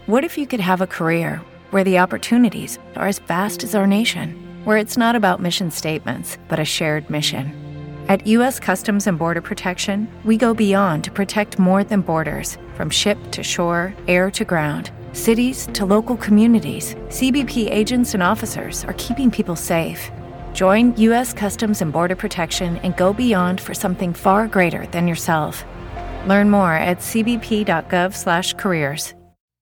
What if you could have a career where the opportunities are as vast as our nation, where it's not about mission statements, but a shared mission? At U.S. Customs and Border Protection, we go beyond to protect more than borders, from ship to shore, air to ground, cities to local communities. CBP agents and officers are keeping people safe. Join U.S. Customs and Border Protection and go beyond for something far greater than yourself. Learn more at cbp.gov/careers.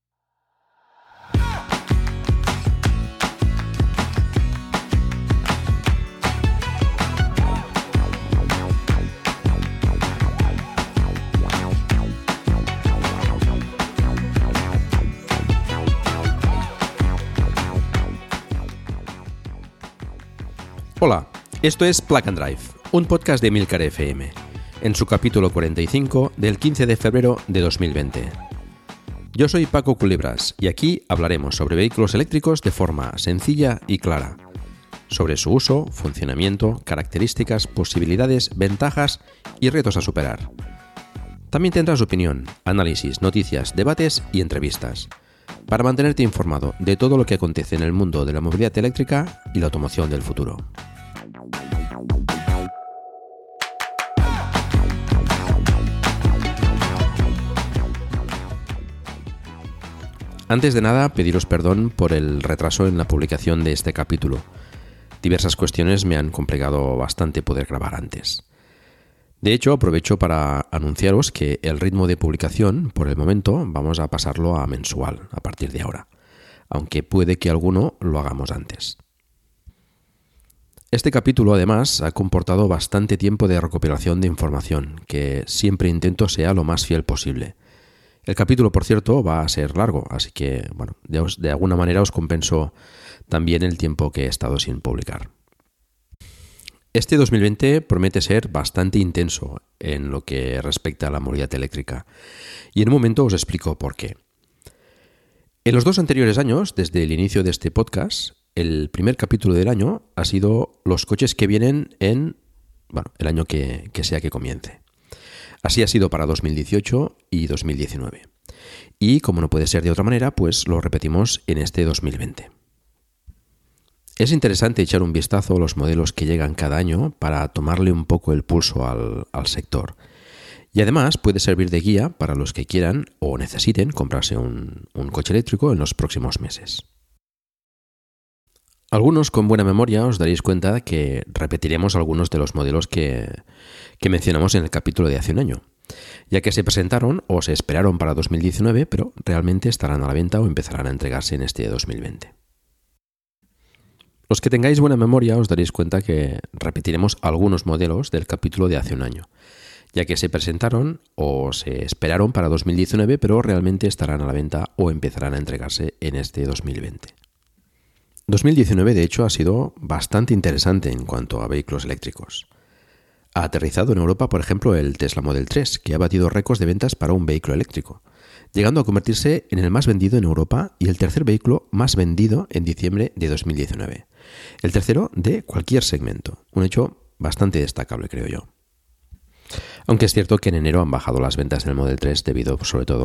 Hola, esto es Plug and Drive, un podcast de Emilcar FM, en su capítulo 45 del 15 de febrero de 2020. Yo soy Paco Culebras y aquí hablaremos sobre vehículos eléctricos de forma sencilla y clara, sobre su uso, funcionamiento, características, posibilidades, ventajas y retos a superar. También tendrás opinión, análisis, noticias, debates y entrevistas, para mantenerte informado de todo lo que acontece en el mundo de la movilidad eléctrica y la automoción del futuro. Antes de nada, pediros perdón por el retraso en la publicación de este capítulo. Diversas cuestiones me han complicado bastante poder grabar antes. De hecho, aprovecho para anunciaros que el ritmo de publicación, por el momento, vamos a pasarlo a mensual a partir de ahora, aunque puede que alguno lo hagamos antes. Este capítulo, además, ha comportado bastante tiempo de recopilación de información, que siempre intento sea lo más fiel posible. El capítulo, por cierto, va a ser largo, así que, bueno, de alguna manera os compenso también el tiempo que he estado sin publicar. Este 2020 promete ser bastante intenso en lo que respecta a la movilidad eléctrica, y en un momento os explico por qué. En los 2 anteriores años, desde el inicio de este podcast, el primer capítulo del año ha sido los coches que vienen en, el año que sea que comience. Así ha sido para 2018 y 2019. Y como no puede ser de otra manera, pues lo repetimos en este 2020. Es interesante echar un vistazo a los modelos que llegan cada año para tomarle un poco el pulso al sector. Y además puede servir de guía para los que quieran o necesiten comprarse un coche eléctrico en los próximos meses. Algunos con buena memoria os daréis cuenta que repetiremos algunos de los modelos que mencionamos en el capítulo de hace un año, ya que se presentaron o se esperaron para 2019, pero realmente estarán a la venta o empezarán a entregarse en este 2020. Los que tengáis buena memoria os daréis cuenta que repetiremos algunos modelos del capítulo de hace un año, ya que se presentaron o se esperaron para 2019, pero realmente estarán a la venta o empezarán a entregarse en este 2020. 2019, de hecho, ha sido bastante interesante en cuanto a vehículos eléctricos. Ha aterrizado en Europa, por ejemplo, el Tesla Model 3, que ha batido récords de ventas para un vehículo eléctrico, llegando a convertirse en el más vendido en Europa y el tercer vehículo más vendido en diciembre de 2019. El tercero de cualquier segmento, un hecho bastante destacable, creo yo. Aunque es cierto que en enero han bajado las ventas del Model 3 debido sobre todo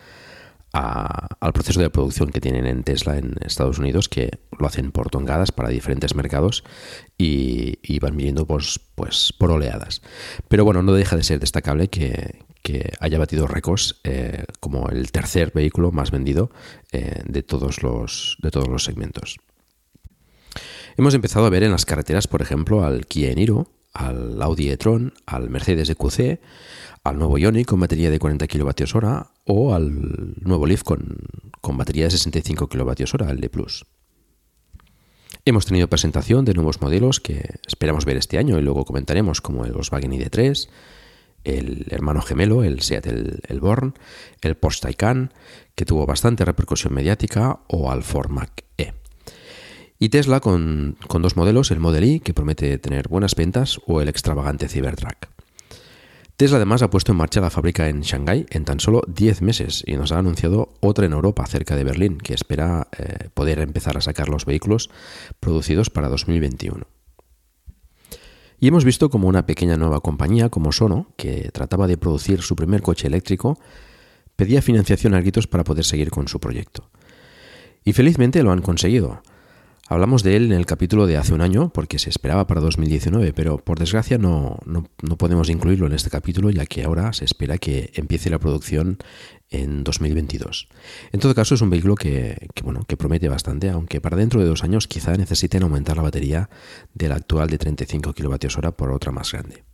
al proceso de producción que tienen en Tesla en Estados Unidos, que lo hacen por tongadas para diferentes mercados y van viniendo pues por oleadas. Pero bueno, no deja de ser destacable que haya batido récords como el tercer vehículo más vendido de todos los segmentos. Hemos empezado a ver en las carreteras, por ejemplo, al Kia Niro, al Audi e-tron, al Mercedes EQC, al nuevo Ioniq con batería de 40 kWh o al nuevo Leaf con batería de 65 kWh, el D+. Hemos tenido presentación de nuevos modelos que esperamos ver este año y luego comentaremos, como el Volkswagen ID.3, el hermano gemelo, el Seat el Born, el Porsche Taycan, que tuvo bastante repercusión mediática, o al Ford Mach-E. Y Tesla con 2 modelos, el Model Y, que promete tener buenas ventas, o el extravagante Cybertruck. Tesla además ha puesto en marcha la fábrica en Shanghái en tan solo 10 meses y nos ha anunciado otra en Europa, cerca de Berlín, que espera poder empezar a sacar los vehículos producidos para 2021. Y hemos visto como una pequeña nueva compañía como Sono, que trataba de producir su primer coche eléctrico, pedía financiación a gritos para poder seguir con su proyecto. Y felizmente lo han conseguido. Hablamos de él en el capítulo de hace un año porque se esperaba para 2019, pero por desgracia no podemos incluirlo en este capítulo, ya que ahora se espera que empiece la producción en 2022. En todo caso, es un vehículo que promete bastante, aunque para dentro de 2 años quizá necesiten aumentar la batería de la actual de 35 kWh por otra más grande.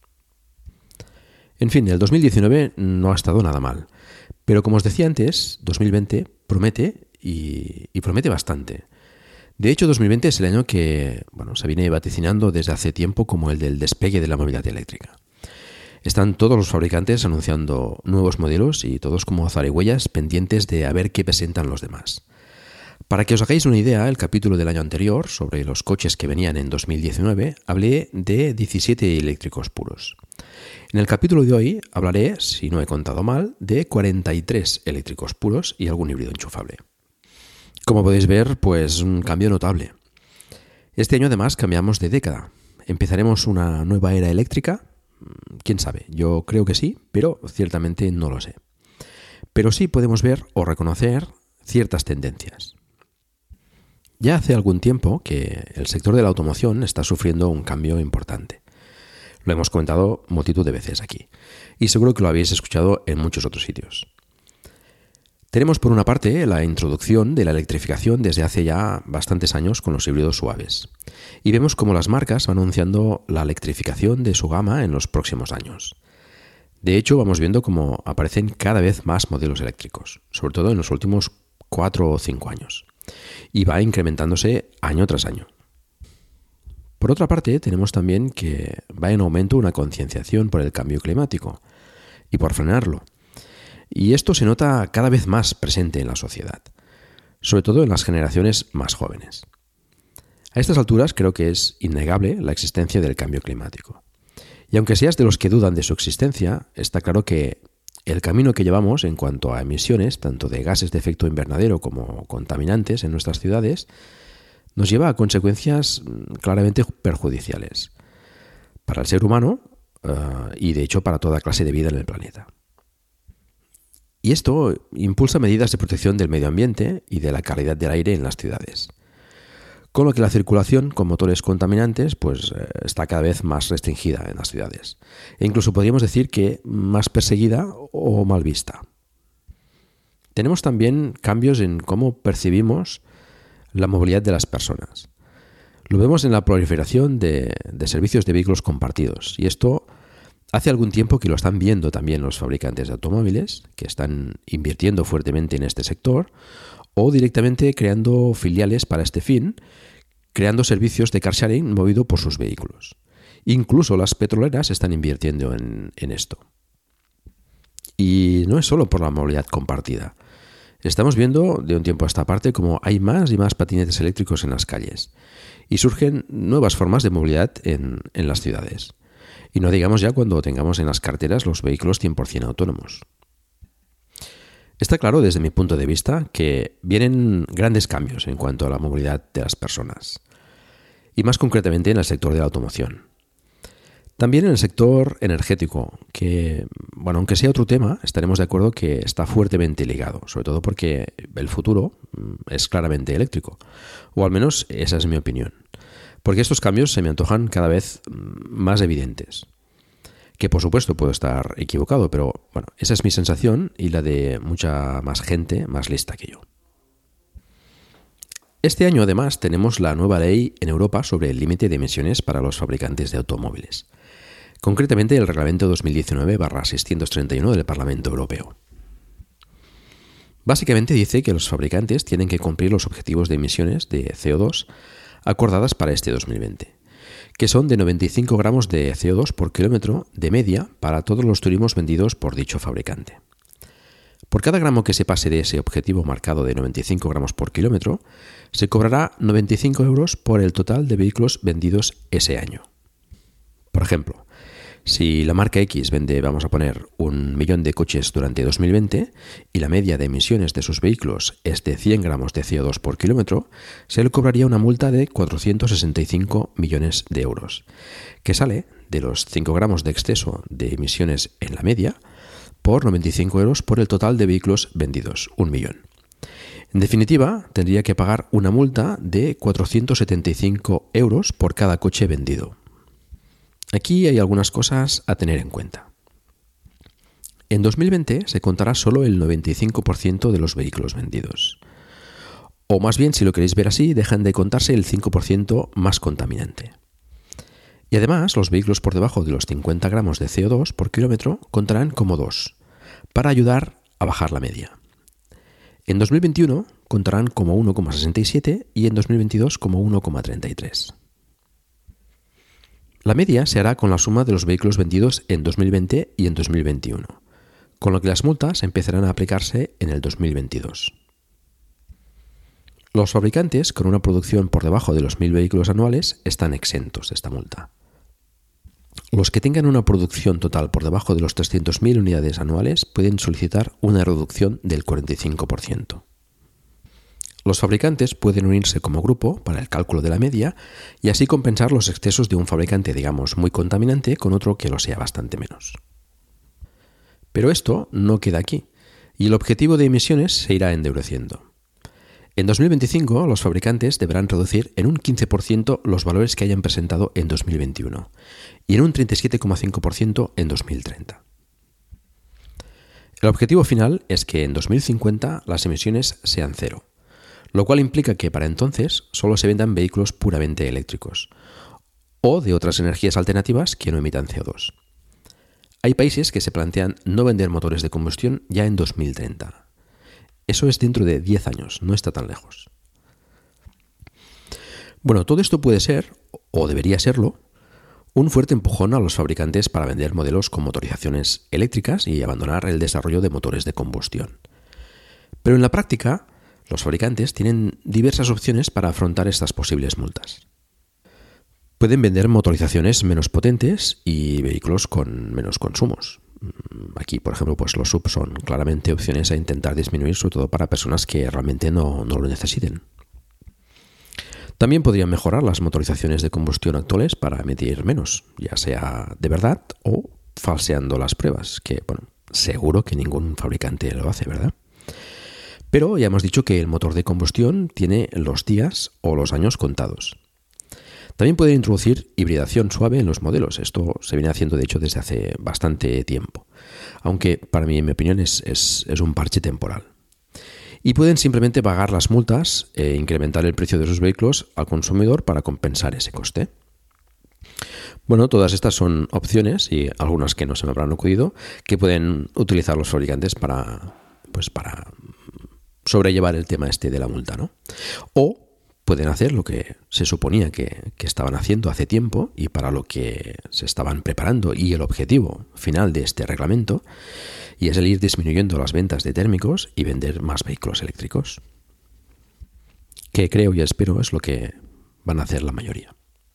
En fin, el 2019 no ha estado nada mal, pero como os decía antes, 2020 promete y promete bastante. De hecho, 2020 es el año que se viene vaticinando desde hace tiempo como el del despegue de la movilidad eléctrica. Están todos los fabricantes anunciando nuevos modelos y todos como zarigüeyas pendientes de a ver qué presentan los demás. Para que os hagáis una idea, el capítulo del año anterior sobre los coches que venían en 2019 hablé de 17 eléctricos puros. En el capítulo de hoy hablaré, si no he contado mal, de 43 eléctricos puros y algún híbrido enchufable. Como podéis ver, pues un cambio notable. Este año además cambiamos de década. ¿Empezaremos una nueva era eléctrica? ¿Quién sabe? Yo creo que sí, pero ciertamente no lo sé. Pero sí podemos ver o reconocer ciertas tendencias. Ya hace algún tiempo que el sector de la automoción está sufriendo un cambio importante. Lo hemos comentado multitud de veces aquí, y seguro que lo habéis escuchado en muchos otros sitios. Tenemos por una parte la introducción de la electrificación desde hace ya bastantes años con los híbridos suaves. Y vemos cómo las marcas van anunciando la electrificación de su gama en los próximos años. De hecho, vamos viendo cómo aparecen cada vez más modelos eléctricos, sobre todo en los últimos 4 o 5 años. Y va incrementándose año tras año. Por otra parte, tenemos también que va en aumento una concienciación por el cambio climático y por frenarlo. Y esto se nota cada vez más presente en la sociedad, sobre todo en las generaciones más jóvenes. A estas alturas creo que es innegable la existencia del cambio climático. Y aunque seas de los que dudan de su existencia, está claro que el camino que llevamos en cuanto a emisiones, tanto de gases de efecto invernadero como contaminantes en nuestras ciudades, nos lleva a consecuencias claramente perjudiciales para el ser humano y de hecho para toda clase de vida en el planeta. Y esto impulsa medidas de protección del medio ambiente y de la calidad del aire en las ciudades. Con lo que la circulación con motores contaminantes está cada vez más restringida en las ciudades. E incluso podríamos decir que más perseguida o mal vista. Tenemos también cambios en cómo percibimos la movilidad de las personas. Lo vemos en la proliferación de servicios de vehículos compartidos. Y esto hace algún tiempo que lo están viendo también los fabricantes de automóviles, que están invirtiendo fuertemente en este sector, o directamente creando filiales para este fin, creando servicios de car sharing movido por sus vehículos. Incluso las petroleras están invirtiendo en esto. Y no es solo por la movilidad compartida. Estamos viendo de un tiempo a esta parte como hay más y más patinetes eléctricos en las calles y surgen nuevas formas de movilidad en las ciudades. Y no digamos ya cuando tengamos en las carreteras los vehículos 100% autónomos. Está claro desde mi punto de vista que vienen grandes cambios en cuanto a la movilidad de las personas, y más concretamente en el sector de la automoción. También en el sector energético, que, aunque sea otro tema, estaremos de acuerdo que está fuertemente ligado, sobre todo porque el futuro es claramente eléctrico, o al menos esa es mi opinión. Porque estos cambios se me antojan cada vez más evidentes. Que por supuesto puedo estar equivocado, pero esa es mi sensación y la de mucha más gente más lista que yo. Este año además tenemos la nueva ley en Europa sobre el límite de emisiones para los fabricantes de automóviles. Concretamente el reglamento 2019/631 del Parlamento Europeo. Básicamente dice que los fabricantes tienen que cumplir los objetivos de emisiones de CO2 acordadas para este 2020, que son de 95 gramos de CO2 por kilómetro de media para todos los turismos vendidos por dicho fabricante. Por cada gramo que se pase de ese objetivo marcado de 95 gramos por kilómetro, se cobrará 95 euros por el total de vehículos vendidos ese año. Por ejemplo, si la marca X vende, vamos a poner, 1 millón de coches durante 2020 y la media de emisiones de sus vehículos es de 100 gramos de CO2 por kilómetro, se le cobraría una multa de 465 millones de euros, que sale de los 5 gramos de exceso de emisiones en la media por 95 euros por el total de vehículos vendidos, 1 millón. En definitiva, tendría que pagar una multa de 475 euros por cada coche vendido. Aquí hay algunas cosas a tener en cuenta. En 2020 se contará solo el 95% de los vehículos vendidos. O más bien, si lo queréis ver así, dejan de contarse el 5% más contaminante. Y además, los vehículos por debajo de los 50 gramos de CO2 por kilómetro contarán como 2, para ayudar a bajar la media. En 2021 contarán como 1,67 y en 2022 como 1,33. La media se hará con la suma de los vehículos vendidos en 2020 y en 2021, con lo que las multas empezarán a aplicarse en el 2022. Los fabricantes con una producción por debajo de los 1.000 vehículos anuales están exentos de esta multa. Los que tengan una producción total por debajo de los 300.000 unidades anuales pueden solicitar una reducción del 45%. Los fabricantes pueden unirse como grupo para el cálculo de la media y así compensar los excesos de un fabricante, digamos, muy contaminante con otro que lo sea bastante menos. Pero esto no queda aquí y el objetivo de emisiones se irá endureciendo. En 2025, los fabricantes deberán reducir en un 15% los valores que hayan presentado en 2021 y en un 37,5% en 2030. El objetivo final es que en 2050 las emisiones sean cero, lo cual implica que para entonces solo se vendan vehículos puramente eléctricos o de otras energías alternativas que no emitan CO2. Hay países que se plantean no vender motores de combustión ya en 2030. Eso es dentro de 10 años, no está tan lejos. Bueno, todo esto puede ser, o debería serlo, un fuerte empujón a los fabricantes para vender modelos con motorizaciones eléctricas y abandonar el desarrollo de motores de combustión. Pero en la práctica, los fabricantes tienen diversas opciones para afrontar estas posibles multas. Pueden vender motorizaciones menos potentes y vehículos con menos consumos. Aquí, por ejemplo, pues los SUV son claramente opciones a intentar disminuir, sobre todo para personas que realmente no lo necesiten. También podrían mejorar las motorizaciones de combustión actuales para emitir menos, ya sea de verdad o falseando las pruebas, que, bueno, seguro que ningún fabricante lo hace, ¿verdad? Pero ya hemos dicho que el motor de combustión tiene los días o los años contados. También pueden introducir hibridación suave en los modelos. Esto se viene haciendo, de hecho, desde hace bastante tiempo. Aunque, para mí, en mi opinión, es un parche temporal. Y pueden simplemente pagar las multas e incrementar el precio de sus vehículos al consumidor para compensar ese coste. Bueno, todas estas son opciones, y algunas que no se me habrán ocurrido, que pueden utilizar los fabricantes para sobrellevar el tema este de la multa, ¿no? O pueden hacer lo que se suponía que estaban haciendo hace tiempo y para lo que se estaban preparando, y el objetivo final de este reglamento, y es el ir disminuyendo las ventas de térmicos y vender más vehículos eléctricos, que creo y espero es lo que van a hacer la mayoría.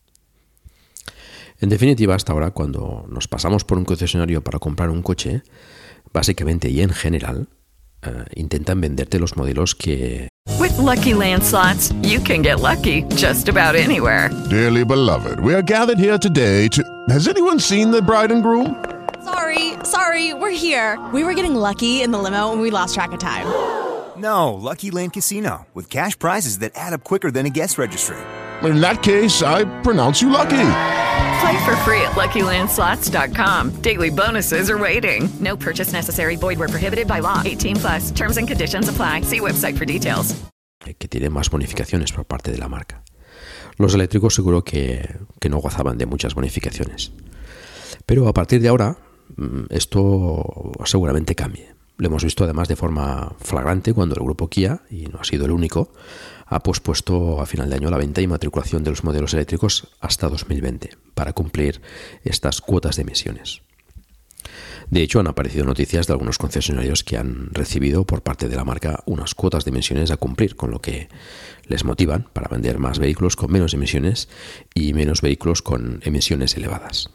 En definitiva, hasta ahora, cuando nos pasamos por un concesionario para comprar un coche, básicamente y en general, intentan venderte los modelos que... With Lucky Land Slots, you can get lucky just about anywhere. Dearly beloved, we are gathered here today to... Has anyone seen the bride and groom? Sorry, we're here. We were getting lucky in the limo and we lost track of time. No, Lucky Land Casino, with cash prizes that add up quicker than a guest registry. In that case, I pronounce you lucky. Play for free at LuckyLandSlots.com. Daily bonuses are waiting. No purchase necessary. Void where prohibited by law. 18+. Terms and conditions apply. See website for details. Que tiene más bonificaciones por parte de la marca. Los eléctricos seguro que no gozaban de muchas bonificaciones. Pero a partir de ahora, esto seguramente cambie. Lo hemos visto además de forma flagrante cuando el grupo Kia, y no ha sido el único, ha pospuesto a final de año la venta y matriculación de los modelos eléctricos hasta 2020 para cumplir estas cuotas de emisiones. De hecho, han aparecido noticias de algunos concesionarios que han recibido por parte de la marca unas cuotas de emisiones a cumplir, con lo que les motivan para vender más vehículos con menos emisiones y menos vehículos con emisiones elevadas.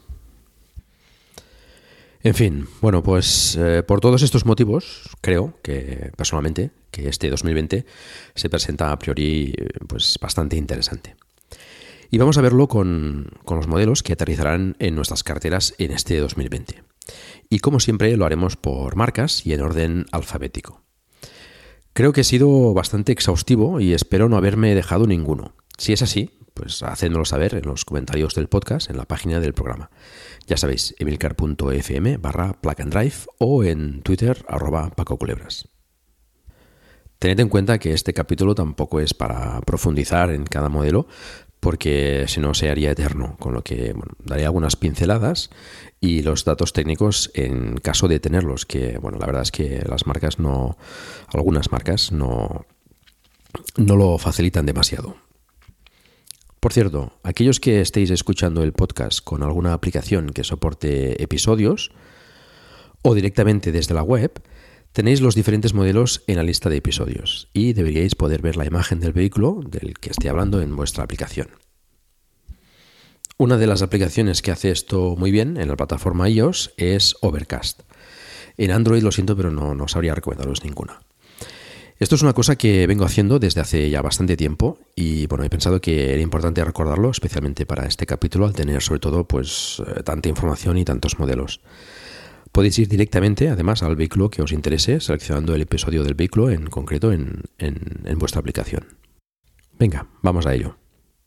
En fin, bueno, pues por todos estos motivos, creo que personalmente que este 2020 se presenta a priori pues bastante interesante. Y vamos a verlo con los modelos que aterrizarán en nuestras carteras en este 2020. Y como siempre lo haremos por marcas y en orden alfabético. Creo que he sido bastante exhaustivo y espero no haberme dejado ninguno. Si es así, pues hacedmelo saber en los comentarios del podcast en la página del programa. Ya sabéis, emilcar.fm/plug-and-drive o en Twitter @pacoculebras. Tened en cuenta que este capítulo tampoco es para profundizar en cada modelo, porque si no se haría eterno, con lo que daré algunas pinceladas y los datos técnicos en caso de tenerlos, que la verdad es que algunas marcas no lo facilitan demasiado. Por cierto, aquellos que estéis escuchando el podcast con alguna aplicación que soporte episodios o directamente desde la web, tenéis los diferentes modelos en la lista de episodios y deberíais poder ver la imagen del vehículo del que estoy hablando en vuestra aplicación. Una de las aplicaciones que hace esto muy bien en la plataforma iOS es Overcast. En Android lo siento, pero no sabría recomendaros ninguna. Esto es una cosa que vengo haciendo desde hace ya bastante tiempo y he pensado que era importante recordarlo, especialmente para este capítulo, al tener sobre todo tanta información y tantos modelos. Podéis ir directamente, además, al vehículo que os interese, seleccionando el episodio del vehículo en concreto en vuestra aplicación. Venga, vamos a ello.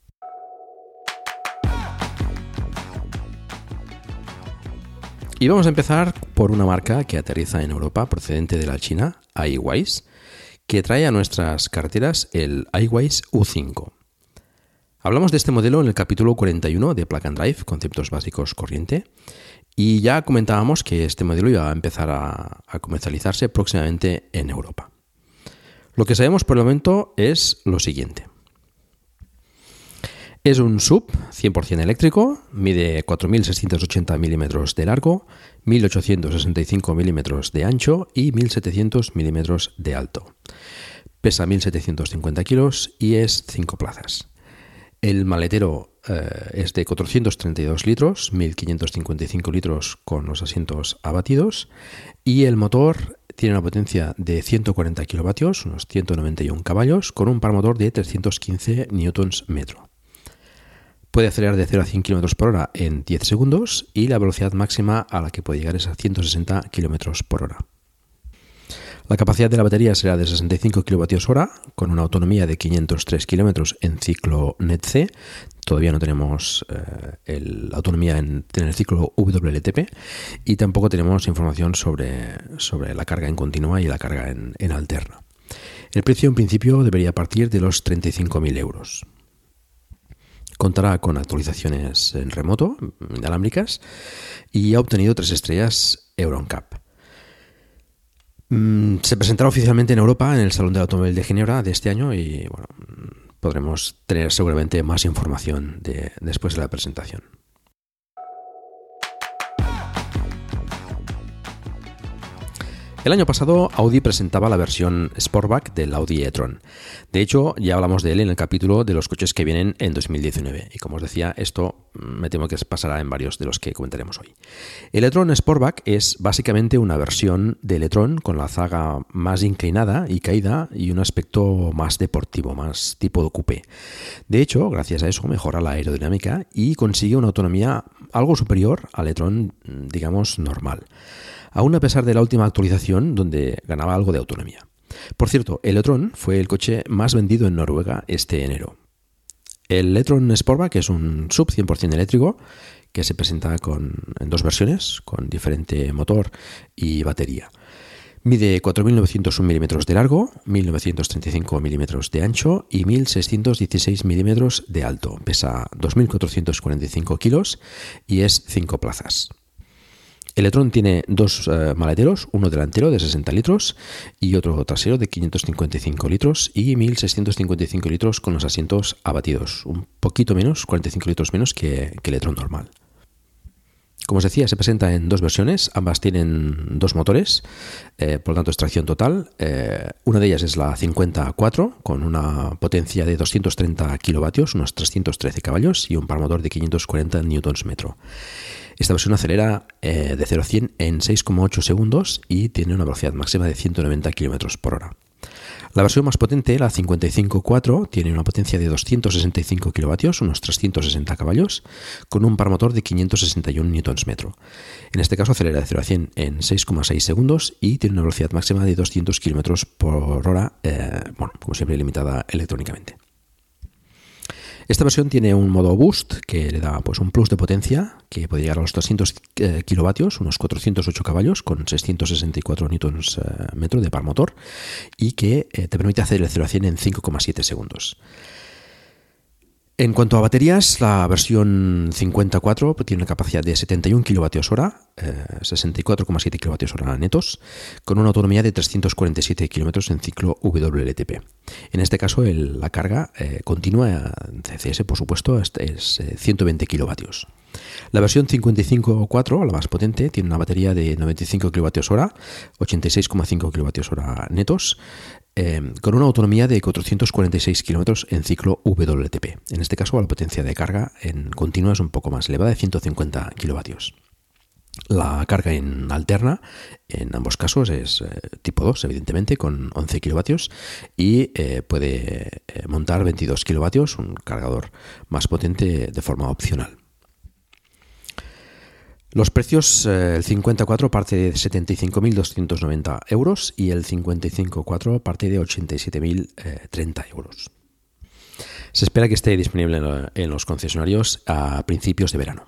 Y vamos a empezar por una marca que aterriza en Europa procedente de la China, iWise, que trae a nuestras carreteras el iWise U5. Hablamos de este modelo en el capítulo 41 de Plug and Drive, conceptos básicos corriente, y ya comentábamos que este modelo iba a empezar a comercializarse próximamente en Europa. Lo que sabemos por el momento es lo siguiente. Es un SUV 100% eléctrico, mide 4.680 milímetros de largo, 1.865 milímetros de ancho y 1.700 milímetros de alto. Pesa 1.750 kilos y es 5 plazas. El maletero es de 432 litros, 1.555 litros con los asientos abatidos y el motor tiene una potencia de 140 kilovatios, unos 191 caballos, con un par motor de 315 Nm. Puede acelerar de 0 a 100 km por hora en 10 segundos y la velocidad máxima a la que puede llegar es a 160 km por hora. La capacidad de la batería será de 65 kWh con una autonomía de 503 km en ciclo NET-C. Todavía no tenemos la autonomía en el ciclo WLTP y tampoco tenemos información sobre la carga en continua y la carga en alterna. El precio en principio debería partir de los 35.000 euros. Contará con actualizaciones en remoto, inalámbricas, y ha obtenido 3 estrellas Euro NCAP. Se presentará oficialmente en Europa en el Salón del Automóvil de Ginebra de este año y podremos tener seguramente más información después de la presentación. El año pasado Audi presentaba la versión Sportback del Audi e-tron. De hecho, ya hablamos de él en el capítulo de los coches que vienen en 2019. Y como os decía, esto me temo que pasará en varios de los que comentaremos hoy. El e-tron Sportback es básicamente una versión del e-tron con la zaga más inclinada y caída y un aspecto más deportivo, más tipo coupé. De hecho, gracias a eso mejora la aerodinámica y consigue una autonomía algo superior al e-tron, digamos, normal. Aún a pesar de la última actualización donde ganaba algo de autonomía. Por cierto, el e-tron fue el coche más vendido en Noruega este enero. El e-tron Sportback es un SUV 100% eléctrico que se presenta en 2 versiones, con diferente motor y batería. Mide 4.901 milímetros de largo, 1.935 milímetros de ancho y 1.616 milímetros de alto. Pesa 2.445 kilos y es 5 plazas. El e-tron tiene 2 maleteros, uno delantero de 60 litros y otro trasero de 555 litros y 1.655 litros con los asientos abatidos, un poquito menos, 45 litros menos que el e-tron normal. Como os decía, se presenta en 2 versiones, ambas tienen 2 motores, por lo tanto es tracción total. Una de ellas es la 50-4 con una potencia de 230 kilovatios, unos 313 caballos y un par motor de 540 Nm. Esta versión acelera de 0 a 100 en 6,8 segundos y tiene una velocidad máxima de 190 km por hora. La versión más potente, la 55.4, tiene una potencia de 265 kilovatios, unos 360 caballos, con un par motor de 561 Nm. En este caso acelera de 0 a 100 en 6,6 segundos y tiene una velocidad máxima de 200 km por hora, como siempre limitada electrónicamente. Esta versión tiene un modo Boost que le da pues un plus de potencia que puede llegar a los 300 kilovatios, unos 408 caballos con 664 Nm de par motor y que te permite hacer el 0 a 100 en 5,7 segundos. En cuanto a baterías, la versión 54 tiene una capacidad de 71 kWh, 64,7 kWh netos, con una autonomía de 347 km en ciclo WLTP. En este caso, la carga continua CCS, por supuesto, es 120 kilovatios. La versión 55.4, la más potente, tiene una batería de 95 kWh, 86,5 kWh netos, con una autonomía de 446 km en ciclo WLTP. En este caso, la potencia de carga en continua es un poco más elevada, de 150 kilovatios. La carga en alterna, en ambos casos, es tipo 2, evidentemente, con 11 kilovatios y puede montar 22 kilovatios, un cargador más potente de forma opcional. Los precios, el 54 parte de 75.290 euros y el 55.4 parte de 87.030 euros. Se espera que esté disponible en los concesionarios a principios de verano.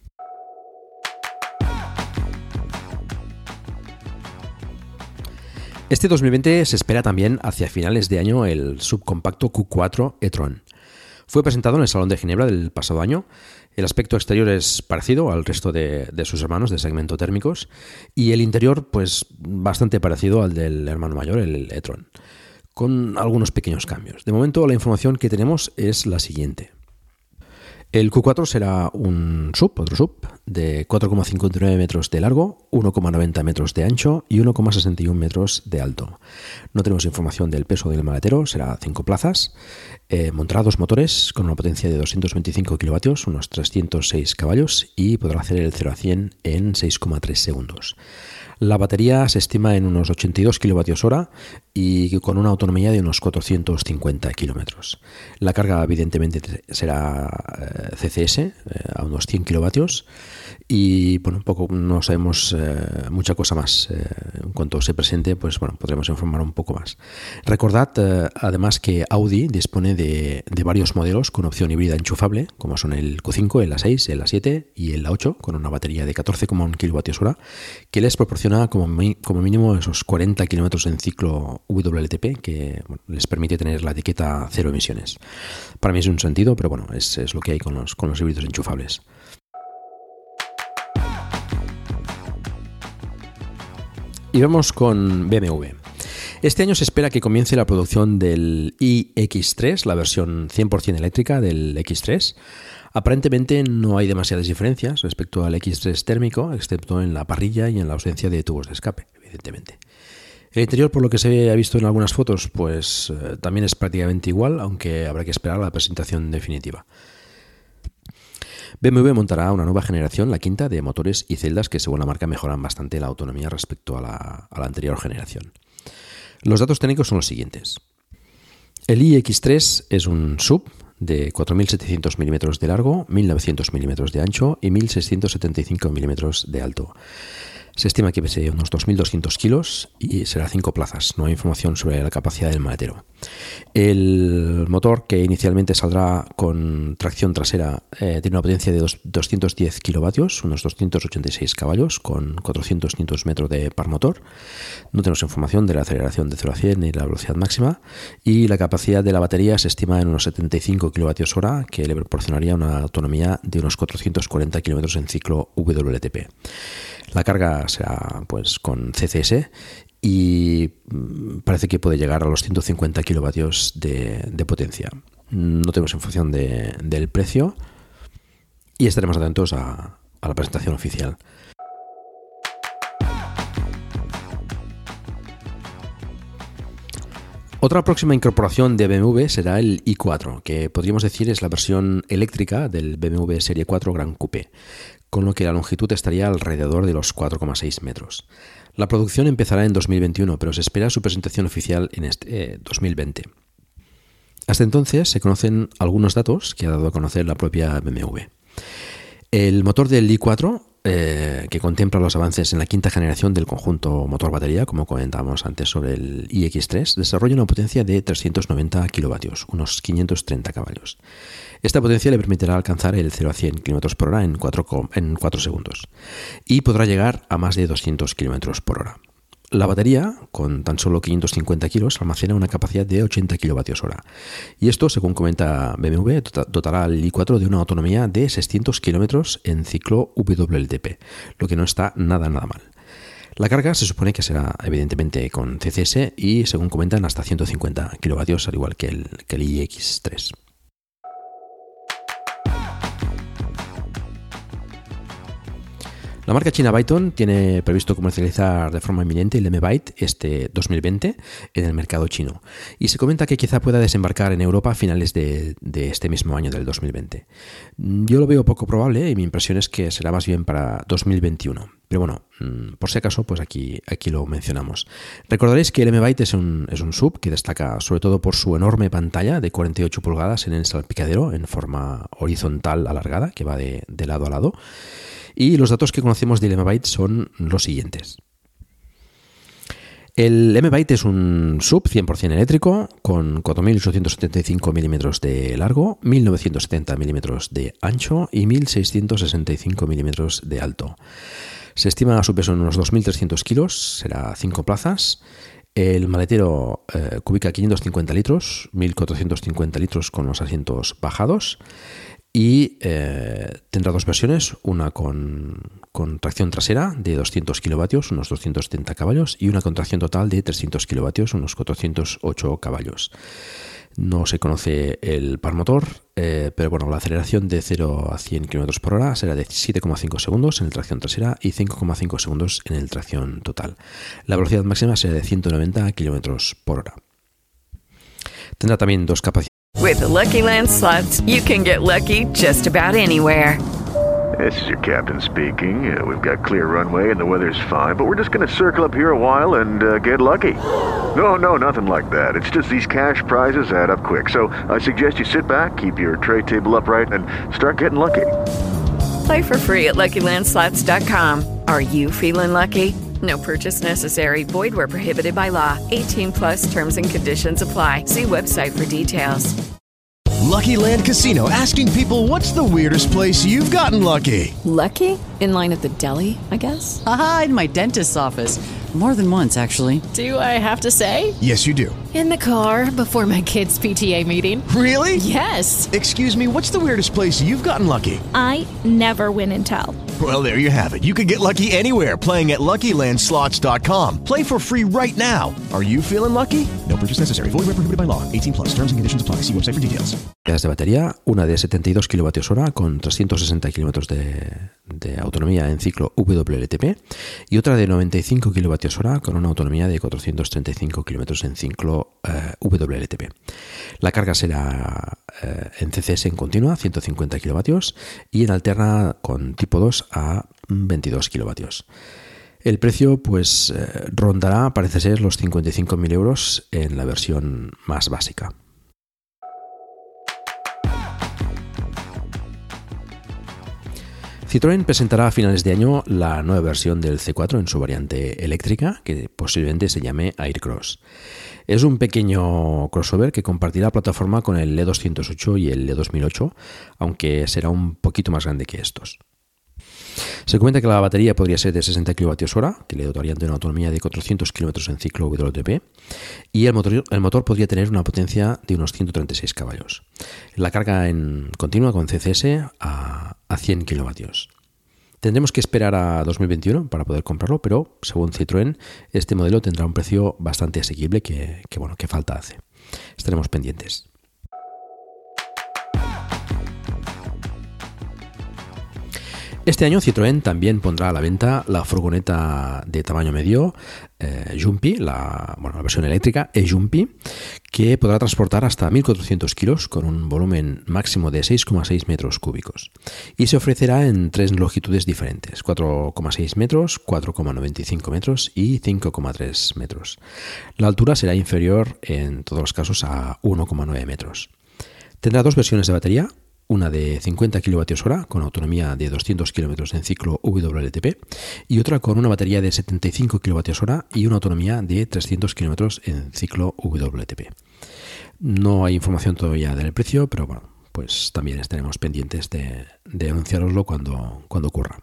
Este 2020 se espera también hacia finales de año el subcompacto Q4 e-tron. Fue presentado en el Salón de Ginebra del pasado año. El aspecto exterior es parecido al resto de sus hermanos de segmento térmicos y el interior pues bastante parecido al del hermano mayor, el e-tron, con algunos pequeños cambios. De momento la información que tenemos es la siguiente. El Q4 será otro sub, de 4,59 metros de largo, 1,90 metros de ancho y 1,61 metros de alto. No tenemos información del peso del maletero, será 5 plazas. Montará 2 motores con una potencia de 225 kilovatios, unos 306 caballos y podrá hacer el 0 a 100 en 6,3 segundos. La batería se estima en unos 82 kWh y con una autonomía de unos 450 kilómetros. La carga evidentemente será CCS a unos 100 kilovatios y un poco no sabemos mucha cosa más. En cuanto se presente, pues podremos informar un poco más. Recordad además que Audi dispone de varios modelos con opción híbrida enchufable, como son el Q5, el A6, el A7 y el A8, con una batería de 14,1 kWh, que les proporciona como mínimo esos 40 kilómetros en ciclo WLTP, que les permite tener la etiqueta cero emisiones. Para mí es un sentido, pero es lo que hay con los híbridos enchufables. Y vamos con BMW. Este año se espera que comience la producción del iX3, la versión 100% eléctrica del X3. Aparentemente no hay demasiadas diferencias respecto al X3 térmico, excepto en la parrilla y en la ausencia de tubos de escape, evidentemente. El interior, por lo que se ha visto en algunas fotos, pues también es prácticamente igual, aunque habrá que esperar a la presentación definitiva. BMW montará una nueva generación, la quinta, de motores y celdas que, según la marca, mejoran bastante la autonomía respecto a la anterior generación. Los datos técnicos son los siguientes. El iX3 es un SUV de 4.700 milímetros de largo, 1.900 milímetros de ancho y 1.675 milímetros de alto. Se estima que pese unos 2.200 kilos y será 5 plazas. No hay información sobre la capacidad del maletero. El motor, que inicialmente saldrá con tracción trasera, tiene una potencia de 210 kilovatios, unos 286 caballos, con 400 Nm de par motor. No tenemos información de la aceleración de 0 a 100 ni la velocidad máxima. Y la capacidad de la batería se estima en unos 75 kWh, que le proporcionaría una autonomía de unos 440 km en ciclo WLTP. La carga será con CCS y parece que puede llegar a los 150 kilovatios de potencia. No tenemos información del precio y estaremos atentos a la presentación oficial. Otra próxima incorporación de BMW será el i4, que podríamos decir es la versión eléctrica del BMW Serie 4 Gran Coupé, con lo que la longitud estaría alrededor de los 4,6 metros. La producción empezará en 2021, pero se espera su presentación oficial en 2020. Hasta entonces se conocen algunos datos que ha dado a conocer la propia BMW. El motor del i4, que contempla los avances en la quinta generación del conjunto motor-batería, como comentábamos antes sobre el iX3, desarrolla una potencia de 390 kilovatios, unos 530 caballos. Esta potencia le permitirá alcanzar el 0 a 100 km por hora en 4 segundos y podrá llegar a más de 200 km por hora. La batería, con tan solo 550 kilos, almacena una capacidad de 80 kilovatios hora. Y esto, según comenta BMW, dotará al i4 de una autonomía de 600 kilómetros en ciclo WLTP, lo que no está nada mal. La carga se supone que será evidentemente con CCS y, según comentan, hasta 150 kilovatios, al igual que el iX3. La marca china Byton tiene previsto comercializar de forma inminente el M-Byte este 2020 en el mercado chino y se comenta que quizá pueda desembarcar en Europa a finales de este mismo año del 2020. Yo lo veo poco probable y mi impresión es que será más bien para 2021. Pero bueno, por si acaso, pues aquí lo mencionamos. Recordaréis que el M-Byte es un SUV que destaca sobre todo por su enorme pantalla de 48 pulgadas en el salpicadero en forma horizontal alargada que va de lado a lado. Y los datos que conocemos del M-Byte son los siguientes. El M-Byte es un SUV 100% eléctrico con 4.875 milímetros de largo, 1.970 milímetros de ancho y 1.665 milímetros de alto. Se estima su peso en unos 2.300 kilos, será 5 plazas. El maletero cubica 550 litros, 1.450 litros con los asientos bajados. Y tendrá dos versiones, una con tracción trasera de 200 kilovatios, unos 270 caballos, y una con tracción total de 300 kilovatios, unos 408 caballos. No se conoce el par motor, pero bueno, la aceleración de 0 a 100 km por hora será de 7,5 segundos en el tracción trasera y 5,5 segundos en el tracción total. La velocidad máxima será de 190 km por hora. Tendrá también dos capacidades. With the Lucky Land Slots, you can get lucky just about anywhere. This is your captain speaking. We've got clear runway and the weather's fine, but we're just going to circle up here a while and get lucky. No, nothing like that. It's just these cash prizes add up quick. So I suggest you sit back, keep your tray table upright, and start getting lucky. Play for free at LuckyLandSlots.com. Are you feeling lucky? No purchase necessary. Void where prohibited by law. 18 plus terms and conditions apply. See website for details. Lucky Land Casino, asking people, what's the weirdest place you've gotten lucky? Lucky? In line at the deli, I guess? Aha, in my dentist's office. More than once, actually. Do I have to say? Yes, you do. In the car before my kids' PTA meeting. Really? Yes. Excuse me, what's the weirdest place you've gotten lucky? I never win and tell. Well, there you have it. You can get lucky anywhere, playing at LuckyLandSlots.com. Play for free right now. Are you feeling lucky? No purchase necessary. Void where prohibited by law. 18 plus. Terms and conditions apply. See website for details. De batería, una de 72 kWh con 360 km de autonomía en ciclo WLTP y otra de 95 kWh con una autonomía de 435 km en ciclo WLTP. La carga será en CCS en continua, 150 kW, y en alterna con tipo 2 a 22 kW. El precio pues rondará, parece ser, los 55.000 euros en la versión más básica. Citroën presentará a finales de año la nueva versión del C4 en su variante eléctrica, que posiblemente se llame Aircross. Es un pequeño crossover que compartirá plataforma con el E208 y el E2008, aunque será un poquito más grande que estos. Se comenta que la batería podría ser de 60 kWh, que le dotarían de una autonomía de 400 km en ciclo WLTP, y el motor podría tener una potencia de unos 136 caballos. La carga en continua con CCS a 100 kilovatios. Tendremos que esperar a 2021 para poder comprarlo, pero según Citroën, este modelo tendrá un precio bastante asequible que falta hace. Estaremos pendientes. Este año Citroën también pondrá a la venta la furgoneta de tamaño medio Jumpy, la versión eléctrica e-Jumpy, que podrá transportar hasta 1.400 kilos con un volumen máximo de 6,6 metros cúbicos. Y se ofrecerá en 3 longitudes diferentes, 4,6 metros, 4,95 metros y 5,3 metros. La altura será inferior en todos los casos a 1,9 metros. Tendrá 2 versiones de batería, una de 50 kWh con autonomía de 200 km en ciclo WLTP y otra con una batería de 75 kWh y una autonomía de 300 km en ciclo WLTP. No hay información todavía del precio, pero bueno, pues también estaremos pendientes de anunciaroslo cuando ocurra.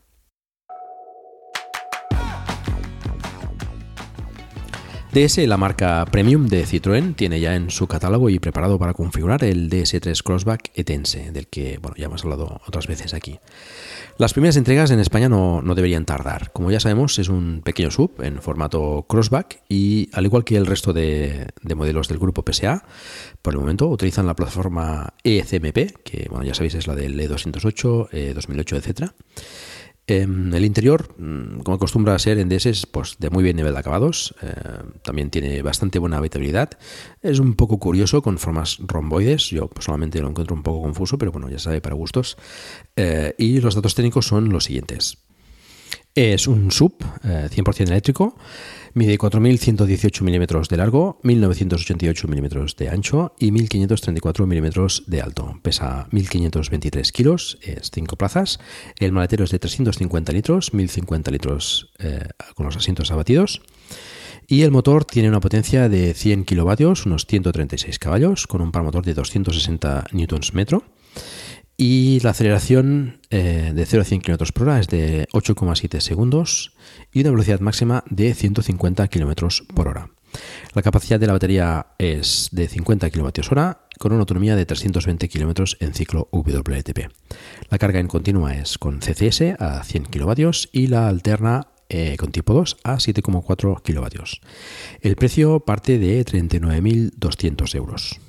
DS, la marca premium de Citroën, tiene ya en su catálogo y preparado para configurar el DS3 Crossback E-Tense, del que ya hemos hablado otras veces aquí. Las primeras entregas en España no deberían tardar. Como ya sabemos, es un pequeño SUV en formato Crossback y, al igual que el resto de modelos del grupo PSA, por el momento utilizan la plataforma ECMP, que ya sabéis es la del E208, 2008, etc. El interior, como acostumbra a ser en DS, es de muy bien nivel de acabados. También tiene bastante buena habitabilidad. Es un poco curioso, con formas romboides. Yo personalmente lo encuentro un poco confuso, pero bueno, ya sabe, para gustos. Y los datos técnicos son los siguientes. Es un SUV 100% eléctrico. Mide 4.118 milímetros de largo, 1.988 milímetros de ancho y 1.534 milímetros de alto. Pesa 1.523 kilos, es 5 plazas. El maletero es de 350 litros, 1.050 litros con los asientos abatidos. Y el motor tiene una potencia de 100 kilovatios, unos 136 caballos, con un par motor de 260 Nm. Y la aceleración de 0 a 100 km por hora es de 8,7 segundos y una velocidad máxima de 150 km por hora. La capacidad de la batería es de 50 kWh con una autonomía de 320 km en ciclo WLTP. La carga en continua es con CCS a 100 kW y la alterna con tipo 2 a 7,4 kW. El precio parte de 39.200 euros.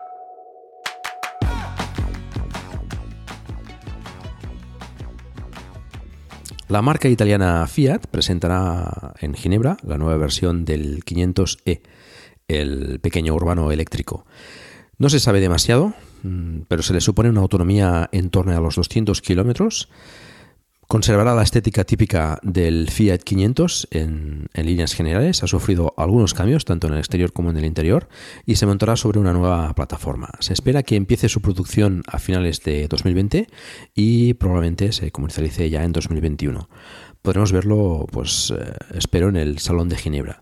La marca italiana Fiat presentará en Ginebra la nueva versión del 500e, el pequeño urbano eléctrico. No se sabe demasiado, pero se le supone una autonomía en torno a los 200 kilómetros. Conservará la estética típica del Fiat 500 en líneas generales. Ha sufrido algunos cambios tanto en el exterior como en el interior y se montará sobre una nueva plataforma. Se espera que empiece su producción a finales de 2020 y probablemente se comercialice ya en 2021. Podremos verlo, espero, en el Salón de Ginebra.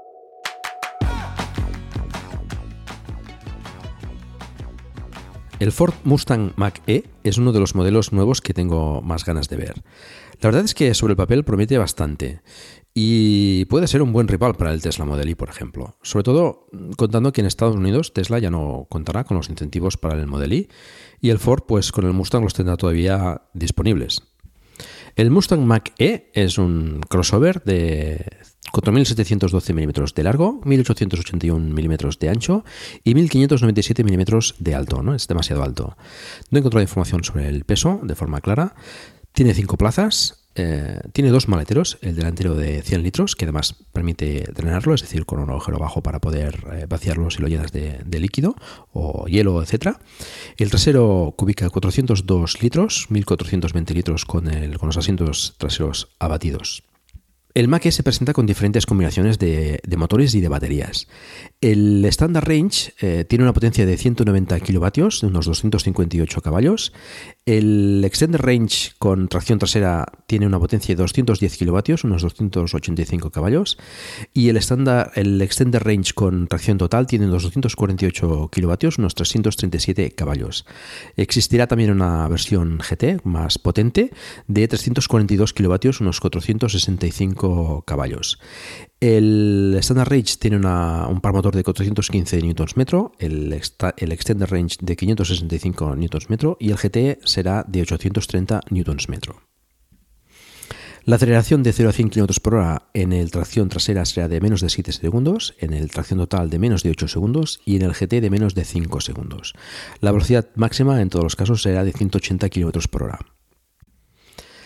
El Ford Mustang Mach-E es uno de los modelos nuevos que tengo más ganas de ver. La verdad es que sobre el papel promete bastante y puede ser un buen rival para el Tesla Model Y, por ejemplo. Sobre todo contando que en Estados Unidos Tesla ya no contará con los incentivos para el Model Y y el Ford con el Mustang los tendrá todavía disponibles. El Mustang Mach-E es un crossover de 4.712 milímetros de largo, 1.881 milímetros de ancho y 1.597 milímetros de alto, ¿no? Es demasiado alto. No he encontrado información sobre el peso de forma clara. Tiene 5 plazas, tiene 2 maleteros, el delantero de 100 litros, que además permite drenarlo, es decir, con un agujero abajo para poder vaciarlo si lo llenas de líquido o hielo, etc. El trasero cubica 402 litros, 1.420 litros con los asientos traseros abatidos. El Mach-E se presenta con diferentes combinaciones de motores y de baterías. El Standard Range tiene una potencia de 190 kilovatios, de unos 258 caballos. El Extended Range con tracción trasera tiene una potencia de 210 kilovatios, unos 285 caballos. Y el Extended Range con tracción total tiene unos 248 kilovatios, unos 337 caballos. Existirá también una versión GT más potente de 342 kilovatios, unos 465 caballos. El Standard Range tiene un par motor de 415 Nm, el Extended Range de 565 Nm y el GT será de 830 Nm. La aceleración de 0 a 100 km por hora en el tracción trasera será de menos de 7 segundos, en el tracción total de menos de 8 segundos y en el GT de menos de 5 segundos. La velocidad máxima en todos los casos será de 180 km por hora.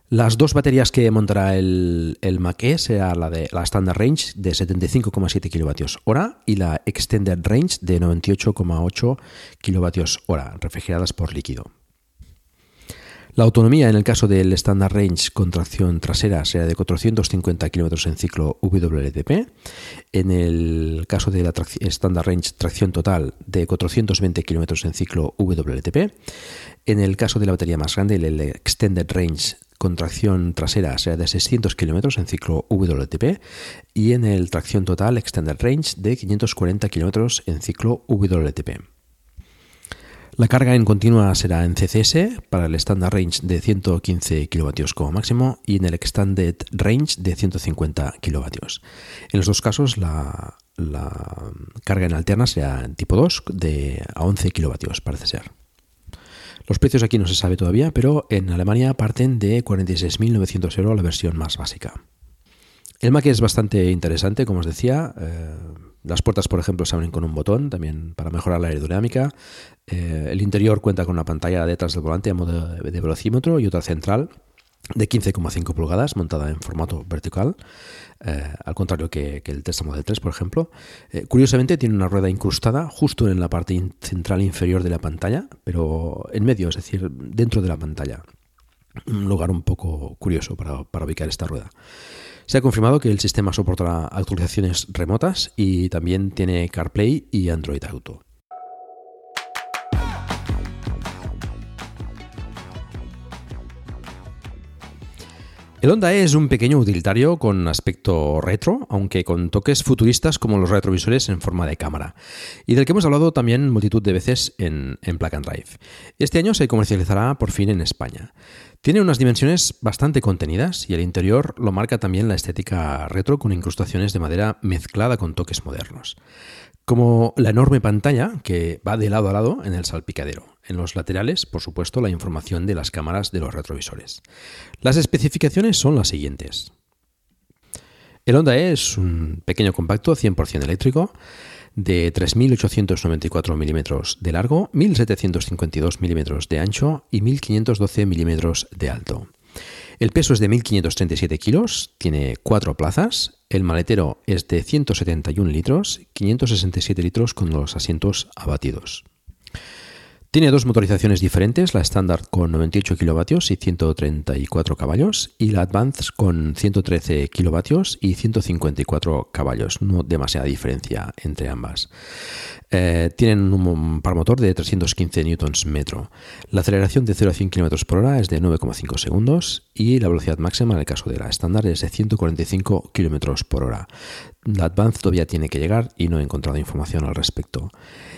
Las dos baterías que montará el Mach-E será la Standard Range de 75,7 kWh y la Extended Range de 98,8 kWh, refrigeradas por líquido. La autonomía en el caso del Standard Range con tracción trasera será de 450 km en ciclo WLTP. En el caso de la Standard Range tracción total de 420 km en ciclo WLTP. En el caso de la batería más grande, el Extended Range con tracción trasera será de 600 km en ciclo WLTP. Y en el tracción total Extended Range de 540 km en ciclo WLTP. La carga en continua será en CCS para el Standard Range de 115 kW como máximo y en el Extended Range de 150 kW. En los dos casos la carga en alterna será en tipo 2 a 11 kW, parece ser. Los precios aquí no se sabe todavía, pero en Alemania parten de 46.900 € la versión más básica. El Mach es bastante interesante, como os decía. Las puertas, por ejemplo, se abren con un botón, también para mejorar la aerodinámica. El interior cuenta con una pantalla detrás del volante a modo de velocímetro y otra central de 15,5 pulgadas montada en formato vertical, al contrario que el Tesla Model 3, por ejemplo. Curiosamente tiene una rueda incrustada justo en la parte central inferior de la pantalla, pero en medio, es decir, dentro de la pantalla. Un lugar un poco curioso para ubicar esta rueda. Se ha confirmado que el sistema soportará actualizaciones remotas y también tiene CarPlay y Android Auto. El Honda E es un pequeño utilitario con aspecto retro, aunque con toques futuristas como los retrovisores en forma de cámara, y del que hemos hablado también multitud de veces en Plug and Drive. Este año se comercializará por fin en España. Tiene unas dimensiones bastante contenidas y el interior lo marca también la estética retro con incrustaciones de madera mezclada con toques modernos. Como la enorme pantalla que va de lado a lado en el salpicadero. En los laterales, por supuesto, la información de las cámaras de los retrovisores. Las especificaciones son las siguientes. El Honda E es un pequeño compacto 100% eléctrico de 3.894 milímetros de largo, 1.752 milímetros de ancho y 1.512 milímetros de alto. El peso es de 1.537 kilos, tiene 4 plazas, el maletero es de 171 litros, 567 litros con los asientos abatidos. Tiene dos motorizaciones diferentes, la estándar con 98 kilovatios y 134 caballos y la Advance con 113 kilovatios y 154 caballos. No demasiada diferencia entre ambas. Tienen un par motor de 315 Nm. La aceleración de 0 a 100 km por hora es de 9,5 segundos y la velocidad máxima en el caso de la estándar es de 145 km por hora. La Advance todavía tiene que llegar y no he encontrado información al respecto.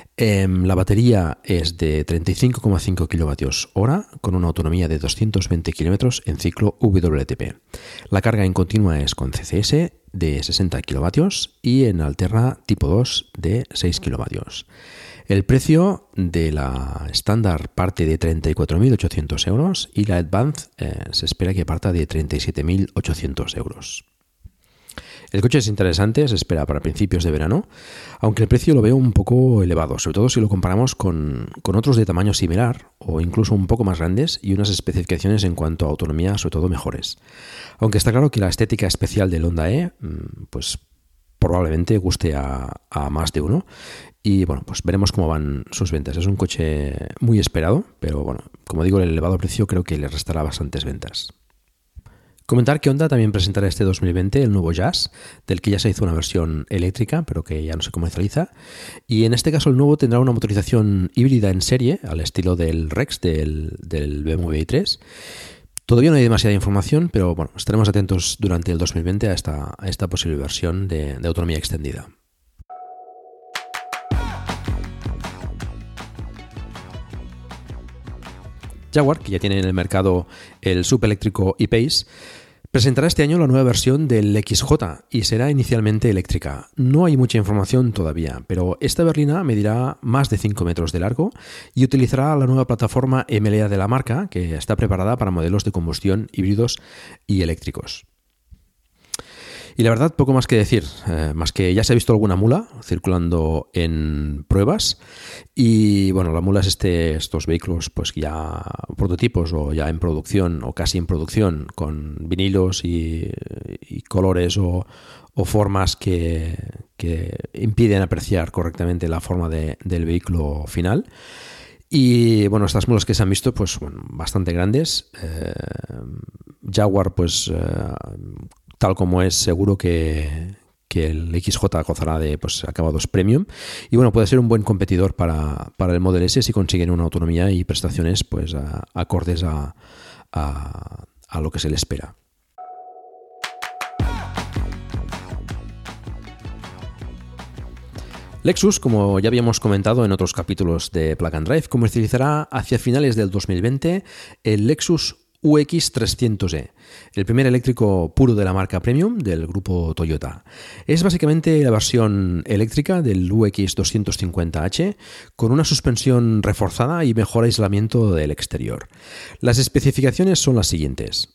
La batería es de 35,5 kWh con una autonomía de 220 km en ciclo WLTP. La carga en continua es con CCS de 60 kW y en alterna tipo 2 de 6 kW. El precio de la estándar parte de 34.800 euros y la Advance se espera que parta de 37.800 euros. El coche es interesante, se espera para principios de verano, aunque el precio lo veo un poco elevado, sobre todo si lo comparamos con otros de tamaño similar o incluso un poco más grandes y unas especificaciones en cuanto a autonomía sobre todo mejores. Aunque está claro que la estética especial del Honda E pues probablemente guste a más de uno y bueno, pues veremos cómo van sus ventas. Es un coche muy esperado, pero bueno, como digo, el elevado precio creo que le restará bastantes ventas. Comentar que Honda también presentará este 2020 el nuevo Jazz, del que ya se hizo una versión eléctrica, pero que ya no se comercializa. Y en este caso el nuevo tendrá una motorización híbrida en serie, al estilo del Rex del BMW i3. Todavía no hay demasiada información, pero bueno, estaremos atentos durante el 2020 a esta posible versión de autonomía extendida. Jaguar, que ya tiene en el mercado el subeléctrico E-Pace, presentará este año la nueva versión del XJ y será inicialmente eléctrica. No hay mucha información todavía, pero esta berlina medirá más de 5 metros de largo y utilizará la nueva plataforma MLA de la marca, que está preparada para modelos de combustión híbridos y eléctricos. Y la verdad, poco más que decir, más que ya se ha visto alguna mula circulando en pruebas. Y bueno, la mula es estos vehículos pues ya prototipos o ya en producción o casi en producción, con vinilos y colores o formas que impiden apreciar correctamente la forma del vehículo final. Y bueno, estas mulas que se han visto, pues bueno, bastante grandes. Jaguar, pues tal como es, seguro que el XJ gozará de pues acabados premium. Y bueno, puede ser un buen competidor para el Model S si consiguen una autonomía y prestaciones pues acordes a lo que se le espera. Lexus, como ya habíamos comentado en otros capítulos de Plug and Drive, comercializará hacia finales del 2020 el Lexus UX 300e, el primer eléctrico puro de la marca Premium del grupo Toyota. Es básicamente la versión eléctrica del UX 250h con una suspensión reforzada y mejor aislamiento del exterior. Las especificaciones son las siguientes.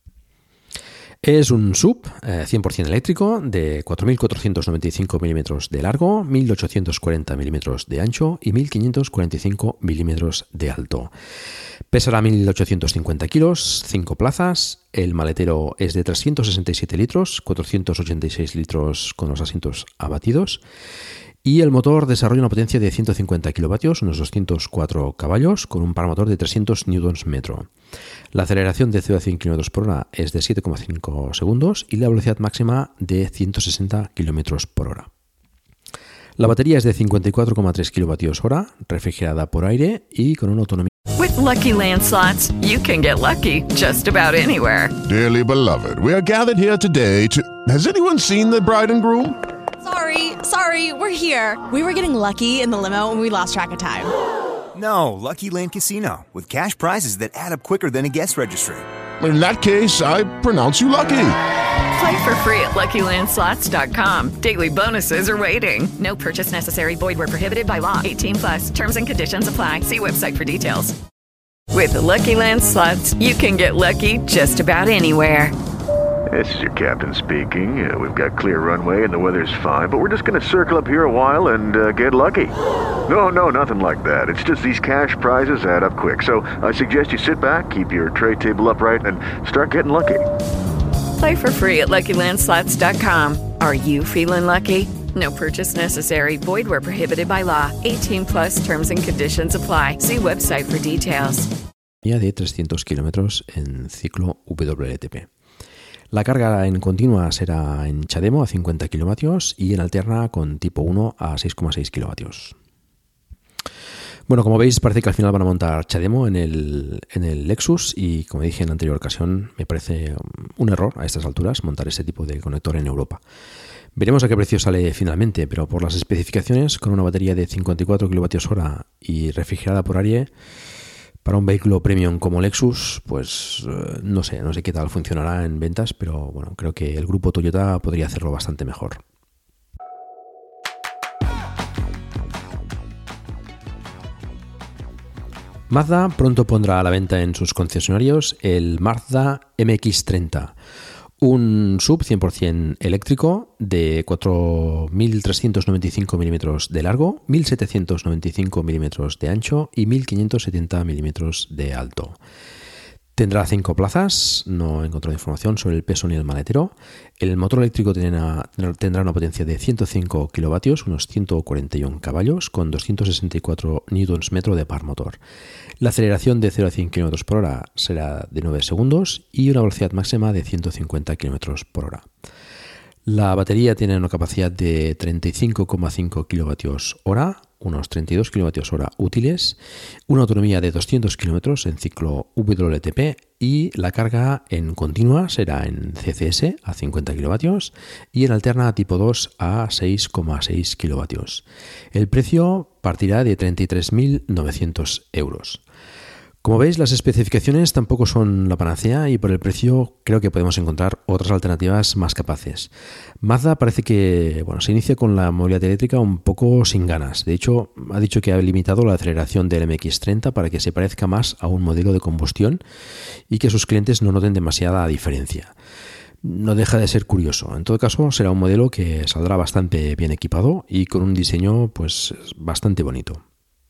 Es un SUV 100% eléctrico de 4.495 milímetros de largo, 1.840 milímetros de ancho y 1.545 milímetros de alto. Pesará 1.850 kilos, 5 plazas. El maletero es de 367 litros, 486 litros con los asientos abatidos. Y el motor desarrolla una potencia de 150 kilovatios, unos 204 caballos, con un par motor de 300 Nm. La aceleración de 0 a 100 km por hora es de 7,5 segundos y la velocidad máxima de 160 km por hora. La batería es de 54,3 kWh, refrigerada por aire y con una autonomía. With Lucky Land Slots, you can get lucky just about anywhere. Dearly beloved, we are gathered here today to... Has anyone seen the bride and groom? Sorry, we're here. We were getting lucky in the limo and we lost track of time. No, Lucky Land Casino, with cash prizes that add up quicker than a guest registry. In that case, I pronounce you lucky. Play for free at LuckyLandSlots.com. Daily bonuses are waiting. No purchase necessary. Void where prohibited by law. 18+. Terms and conditions apply. See website for details. With Lucky Land Slots, you can get lucky just about anywhere. This is your captain speaking. We've got clear runway and the weather's fine, but we're just going to circle up here a while and get lucky. No, nothing like that. It's just these cash prizes add up quick. So I suggest you sit back, keep your tray table upright, and start getting lucky. Play for free at LuckyLandSlots.com. Are you feeling lucky? No purchase necessary. Void where prohibited by law. 18+ terms and conditions apply. See website for details. De 300 kilómetros en ciclo WLTP. La carga en continua será en CHAdeMO a 50 kilovatios y en alterna con tipo 1 a 6,6 kilovatios. Bueno, como veis, parece que al final van a montar CHAdeMO en el Lexus y, como dije en la anterior ocasión, me parece un error a estas alturas montar ese tipo de conector en Europa. Veremos a qué precio sale finalmente, pero por las especificaciones, con una batería de 54 kWh y refrigerada por aire, para un vehículo premium como Lexus, pues no sé qué tal funcionará en ventas, pero bueno, creo que el grupo Toyota podría hacerlo bastante mejor. Mazda pronto pondrá a la venta en sus concesionarios el Mazda MX-30, un SUV 100% eléctrico de 4.395 milímetros de largo, 1.795 milímetros de ancho y 1.570 milímetros de alto. Tendrá 5 plazas, no he encontrado información sobre el peso ni el maletero. El motor eléctrico tendrá una potencia de 105 kilovatios, unos 141 caballos, con 264 Nm de par motor. La aceleración de 0 a 100 km por hora será de 9 segundos y una velocidad máxima de 150 km por hora. La batería tiene una capacidad de 35,5 kWh, unos 32 kWh útiles, una autonomía de 200 km en ciclo WLTP y la carga en continua será en CCS a 50 kW y en alterna tipo 2 a 6,6 kW. El precio partirá de 33.900 euros. Como veis, las especificaciones tampoco son la panacea y por el precio creo que podemos encontrar otras alternativas más capaces. Mazda parece que se inicia con la movilidad eléctrica un poco sin ganas. De hecho, ha dicho que ha limitado la aceleración del MX-30 para que se parezca más a un modelo de combustión y que sus clientes no noten demasiada diferencia. no deja de ser curioso. En todo caso, será un modelo que saldrá bastante bien equipado y con un diseño pues bastante bonito.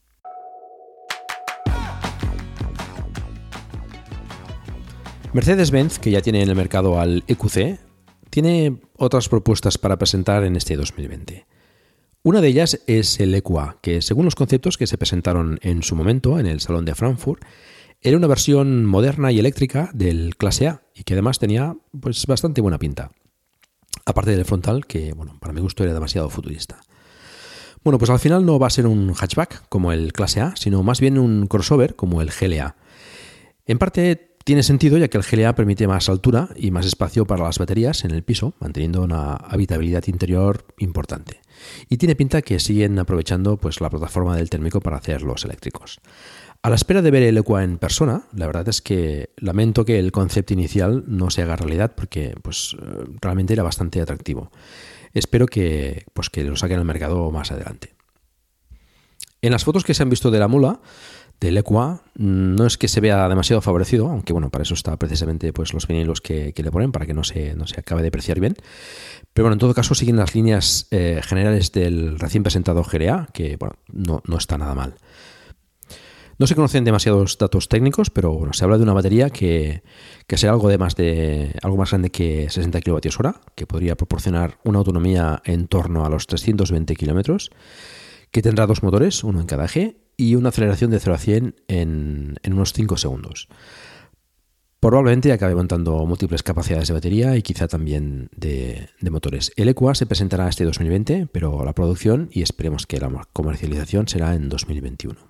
Mercedes-Benz, que ya tiene en el mercado al EQC, tiene otras propuestas para presentar en este 2020. Una de ellas es el EQA, que según los conceptos que se presentaron en su momento en el Salón de Frankfurt, era una versión moderna y eléctrica del clase A y que además tenía pues bastante buena pinta. Aparte del frontal, que bueno, para mi gusto era demasiado futurista. Bueno, pues al final no va a ser un hatchback como el clase A, sino más bien un crossover como el GLA. En parte tiene sentido ya que el GLA permite más altura y más espacio para las baterías en el piso, manteniendo una habitabilidad interior importante. Y tiene pinta que siguen aprovechando pues la plataforma del térmico para hacer los eléctricos. A la espera de ver el EQA en persona, la verdad es que lamento que el concepto inicial no se haga realidad porque pues realmente era bastante atractivo. Espero que lo saquen al mercado más adelante. En las fotos que se han visto de la mula del EQA no es que se vea demasiado favorecido, aunque bueno, para eso está precisamente pues los vinilos que le ponen para que no se acabe de apreciar bien. Pero bueno, en todo caso siguen las líneas generales del recién presentado GLA, que bueno, no está nada mal. No se conocen demasiados datos técnicos, pero bueno, se habla de una batería que será algo más grande que 60 kWh, que podría proporcionar una autonomía en torno a los 320 km, que tendrá dos motores, uno en cada eje, y una aceleración de 0 a 100 en unos 5 segundos. Probablemente acabe montando múltiples capacidades de batería y quizá también de motores. El EQA se presentará este 2020, pero la producción y esperemos que la comercialización será en 2021.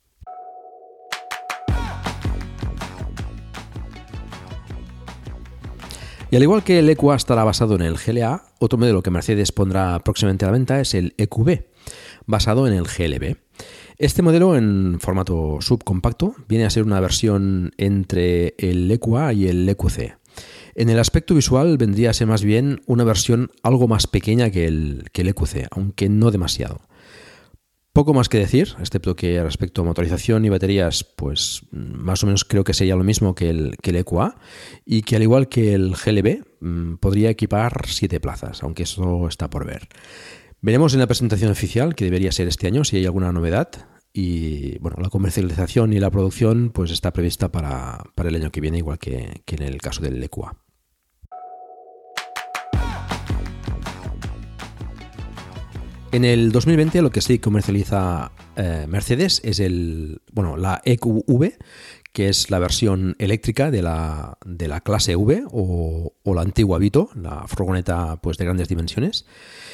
Y al igual que el EQA estará basado en el GLA, otro modelo que Mercedes pondrá próximamente a la venta es el EQB, basado en el GLB. Este modelo en formato subcompacto viene a ser una versión entre el EQA y el EQC. En el aspecto visual vendría a ser más bien una versión algo más pequeña que el EQC, aunque no demasiado. Poco más que decir, excepto que respecto a motorización y baterías, pues más o menos creo que sería lo mismo que el EQA y que al igual que el GLB podría equipar 7 plazas, aunque eso está por ver. Veremos en la presentación oficial, que debería ser este año, si hay alguna novedad y bueno, la comercialización y la producción pues está prevista para el año que viene, igual que en el caso del EQA. En el 2020 lo que sí comercializa Mercedes es la EQV, que es la versión eléctrica de la clase V o la antigua Vito, la furgoneta pues, de grandes dimensiones,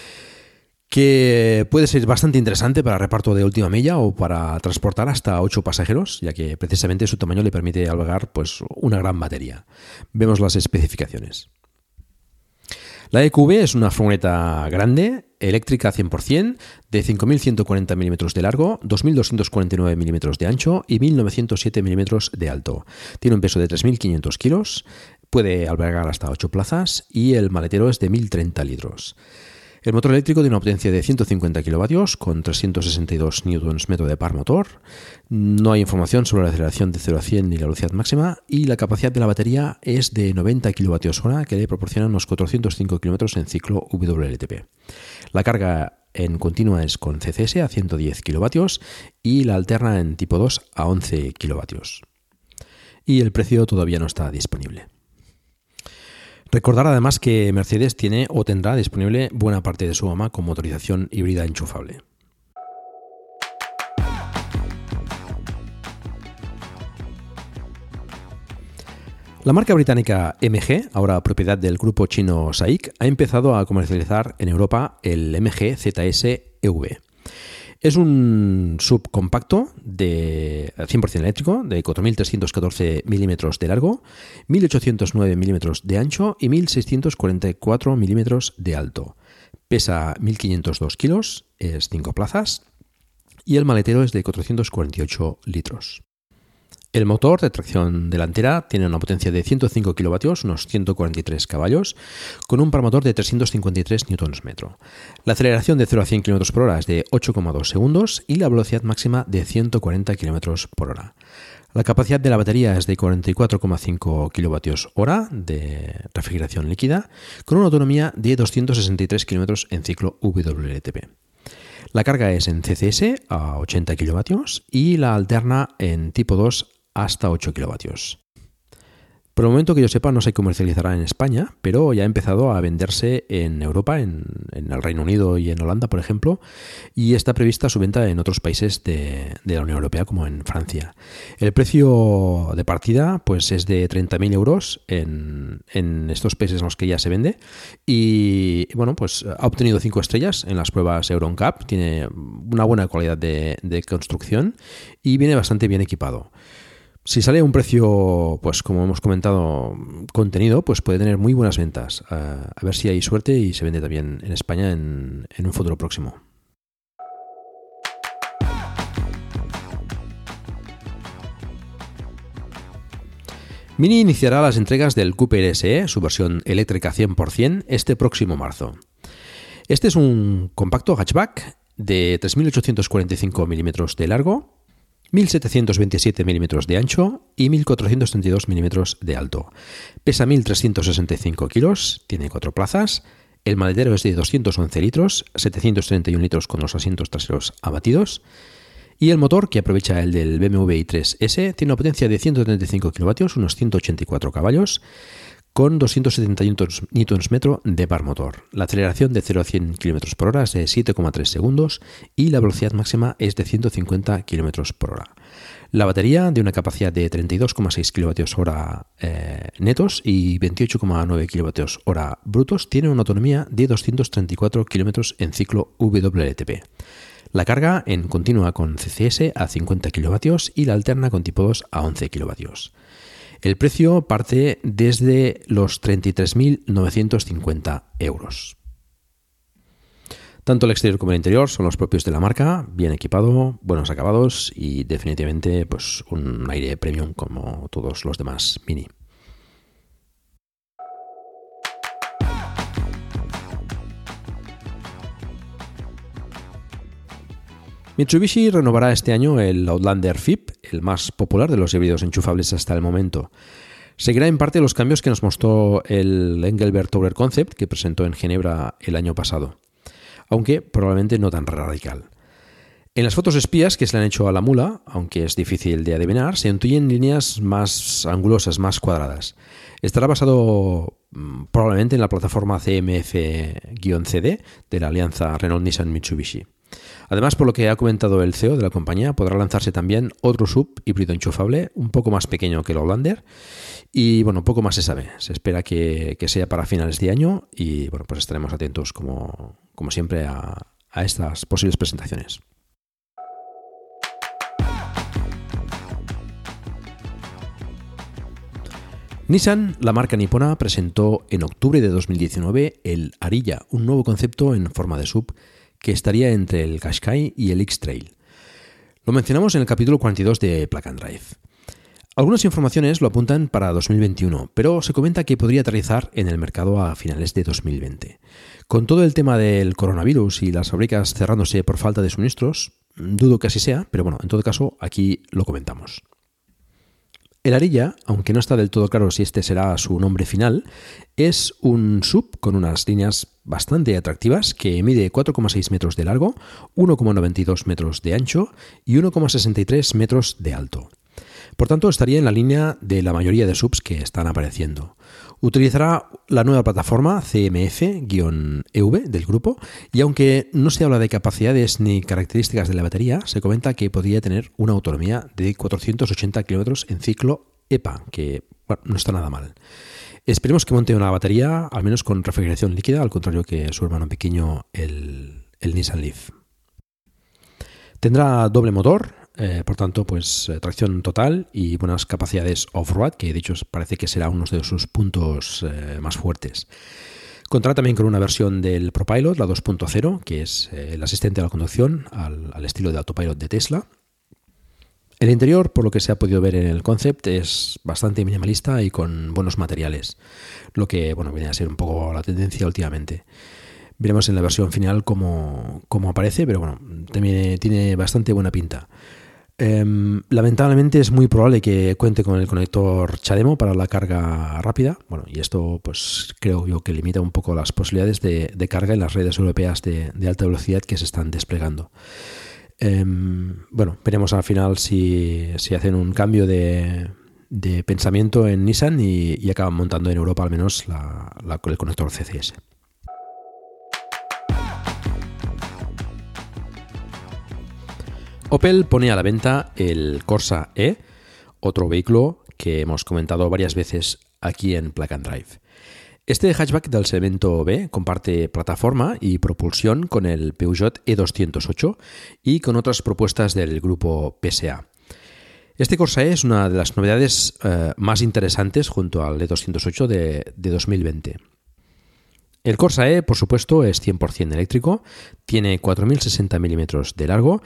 que puede ser bastante interesante para reparto de última milla o para transportar hasta 8 pasajeros, ya que precisamente su tamaño le permite albergar pues, una gran batería. Vemos las especificaciones. La EQV es una furgoneta grande, eléctrica 100%, de 5.140 mm de largo, 2.249 mm de ancho y 1.907 mm de alto. Tiene un peso de 3.500 kilos, puede albergar hasta 8 plazas y el maletero es de 1.030 litros. El motor eléctrico tiene una potencia de 150 kW con 362 Nm de par motor. No hay información sobre la aceleración de 0 a 100 ni la velocidad máxima y la capacidad de la batería es de 90 kWh que le proporciona unos 405 km en ciclo WLTP. La carga en continua es con CCS a 110 kW y la alterna en tipo 2 a 11 kW. Y el precio todavía no está disponible. Recordar además que Mercedes tiene o tendrá disponible buena parte de su gama con motorización híbrida enchufable. La marca británica MG, ahora propiedad del grupo chino SAIC, ha empezado a comercializar en Europa el MG ZS EV. Es un subcompacto de 100% eléctrico de 4.314 milímetros de largo, 1.809 milímetros de ancho y 1.644 milímetros de alto. Pesa 1.502 kilos, es 5 plazas y el maletero es de 448 litros. El motor de tracción delantera tiene una potencia de 105 kilovatios, unos 143 caballos, con un par motor de 353 Nm. La aceleración de 0 a 100 km por hora es de 8,2 segundos y la velocidad máxima de 140 km por hora. La capacidad de la batería es de 44,5 kWh de refrigeración líquida, con una autonomía de 263 km en ciclo WLTP. La carga es en CCS a 80 kW y la alterna en tipo 2 hasta 8 kW. Por el momento que yo sepa no se comercializará en España, pero ya ha empezado a venderse en Europa, en el Reino Unido y en Holanda, por ejemplo, y está prevista su venta en otros países de la Unión Europea, como en Francia. El precio de partida pues es de 30.000 euros en estos países en los que ya se vende y bueno, pues ha obtenido 5 estrellas en las pruebas Euro NCAP, tiene una buena calidad de construcción y viene bastante bien equipado. Si sale a un precio, pues como hemos comentado, contenido, pues puede tener muy buenas ventas. A ver si hay suerte y se vende también en España en un futuro próximo. Mini iniciará las entregas del Cooper SE, su versión eléctrica 100%, este próximo marzo. Este es un compacto hatchback de 3.845 milímetros de largo, 1.727 milímetros de ancho y 1.432 milímetros de alto. Pesa 1.365 kilos, tiene 4 plazas, el maletero es de 211 litros, 731 litros con los asientos traseros abatidos y el motor, que aprovecha el del BMW i3S, tiene una potencia de 135 kilovatios, unos 184 caballos, con 271 Nm de par motor. La aceleración de 0 a 100 km por hora es de 7,3 segundos y la velocidad máxima es de 150 km por hora. La batería, de una capacidad de 32,6 kWh netos y 28,9 kWh brutos, tiene una autonomía de 234 km en ciclo WLTP. La carga en continua con CCS a 50 kW y la alterna con tipo 2 a 11 kW. El precio parte desde los 33.950 euros. Tanto el exterior como el interior son los propios de la marca, bien equipado, buenos acabados y definitivamente pues un aire premium como todos los demás Mini. Mitsubishi renovará este año el Outlander FIP, el más popular de los híbridos enchufables hasta el momento. Seguirá en parte los cambios que nos mostró el Engelbert Tourer Concept que presentó en Ginebra el año pasado, aunque probablemente no tan radical. En las fotos espías que se le han hecho a la mula, aunque es difícil de adivinar, se intuyen líneas más angulosas, más cuadradas. Estará basado probablemente en la plataforma CMF-CD de la alianza Renault-Nissan-Mitsubishi. Además, por lo que ha comentado el CEO de la compañía, podrá lanzarse también otro SUV híbrido enchufable, un poco más pequeño que el Outlander, y bueno, poco más se sabe. Se espera que sea para finales de año y bueno, pues estaremos atentos como siempre a estas posibles presentaciones. Nissan, la marca nipona, presentó en octubre de 2019 el Ariya, un nuevo concepto en forma de SUV que estaría entre el Qashqai y el X-Trail. Lo mencionamos en el capítulo 42 de Plug and Drive. Algunas informaciones lo apuntan para 2021, pero se comenta que podría aterrizar en el mercado a finales de 2020. Con todo el tema del coronavirus y las fábricas cerrándose por falta de suministros, dudo que así sea, pero bueno, en todo caso, aquí lo comentamos. El Ariya, aunque no está del todo claro si este será su nombre final, es un SUV con unas líneas bastante atractivas que mide 4,6 metros de largo, 1,92 metros de ancho y 1,63 metros de alto. Por tanto, estaría en la línea de la mayoría de SUVs que están apareciendo. Utilizará la nueva plataforma CMF-EV del grupo y aunque no se habla de capacidades ni características de la batería, se comenta que podría tener una autonomía de 480 km en ciclo EPA, que bueno, no está nada mal. Esperemos que monte una batería, al menos con refrigeración líquida, al contrario que su hermano pequeño, el Nissan Leaf. Tendrá doble motor, por tanto, pues tracción total y buenas capacidades off-road, que de hecho parece que será uno de sus puntos más fuertes. Contará también con una versión del ProPilot, la 2.0, que es el asistente a la conducción al estilo de Autopilot de Tesla. El interior, por lo que se ha podido ver en el concept, es bastante minimalista y con buenos materiales, lo que viene a ser un poco la tendencia últimamente. Veremos en la versión final cómo aparece, pero también tiene bastante buena pinta. Lamentablemente es muy probable que cuente con el conector CHAdeMO para la carga rápida. Y esto pues creo yo que limita un poco las posibilidades de carga en las redes europeas de alta velocidad que se están desplegando. Veremos al final si hacen un cambio de pensamiento en Nissan y acaban montando en Europa al menos el conector CCS. Opel pone a la venta el Corsa E, otro vehículo que hemos comentado varias veces aquí en Plug and Drive. Este hatchback del segmento B comparte plataforma y propulsión con el Peugeot E208 y con otras propuestas del grupo PSA. Este Corsa E es una de las novedades más interesantes junto al E208 de 2020. El Corsa E, por supuesto, es 100% eléctrico, tiene 4.060 milímetros de largo,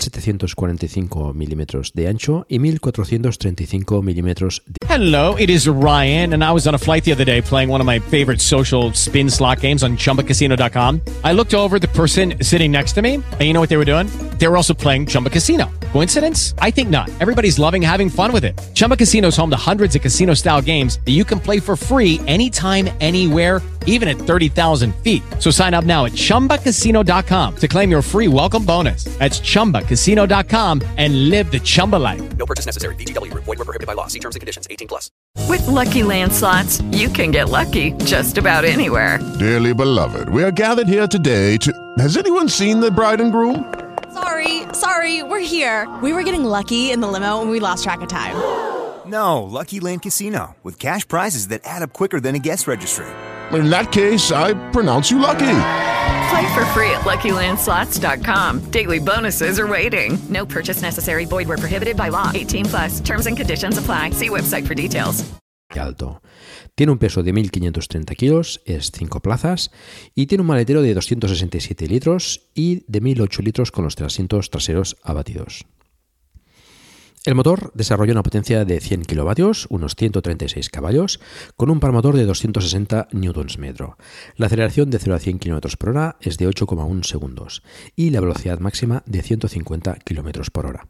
1.745 milímetros de ancho y 1.435 milímetros de... Hello, it is Ryan, and I was on a flight the other day playing one of my favorite social spin slot games on ChumbaCasino.com. I looked over at the person sitting next to me, and you know what they were doing? They were also playing Chumba Casino. Coincidence? I think not. Everybody's loving having fun with it. Chumba Casino is home to hundreds of casino-style games that you can play for free anytime, anywhere, even at 30,000 feet. So sign up now at ChumbaCasino.com to claim your free welcome bonus. That's ChumbaCasino.com and live the Chumba life. No purchase necessary. VGW. Void where prohibited by law. See terms and conditions. 18+. With Lucky Land Slots, you can get lucky just about anywhere. Dearly beloved, we are gathered here today to... Has anyone seen the bride and groom? Sorry, we're here. We were getting lucky in the limo and we lost track of time. No, Lucky Land Casino, with cash prizes that add up quicker than a guest registry. In that case, I pronounce you lucky. Play for free at LuckyLandSlots.com. Daily bonuses are waiting. No purchase necessary. Void where prohibited by law. 18+. Terms and conditions apply. See website for details. Alto. Tiene un peso de 1.530 kilos, es 5 plazas y tiene un maletero de 267 litros y de 1.008 litros con los asientos traseros abatidos. El motor desarrolla una potencia de 100 kilovatios, unos 136 caballos, con un par motor de 260 Nm. La aceleración de 0 a 100 km por hora es de 8,1 segundos y la velocidad máxima de 150 km por hora.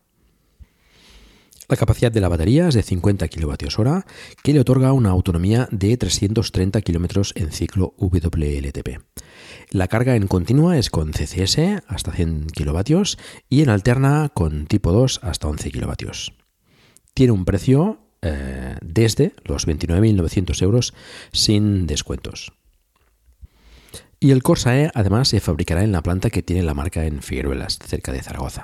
La capacidad de la batería es de 50 kWh, que le otorga una autonomía de 330 km en ciclo WLTP. La carga en continua es con CCS hasta 100 kW y en alterna con tipo 2 hasta 11 kW. Tiene un precio desde los 29.900 euros sin descuentos. Y el Corsa E además se fabricará en la planta que tiene la marca en Figueruelas, cerca de Zaragoza.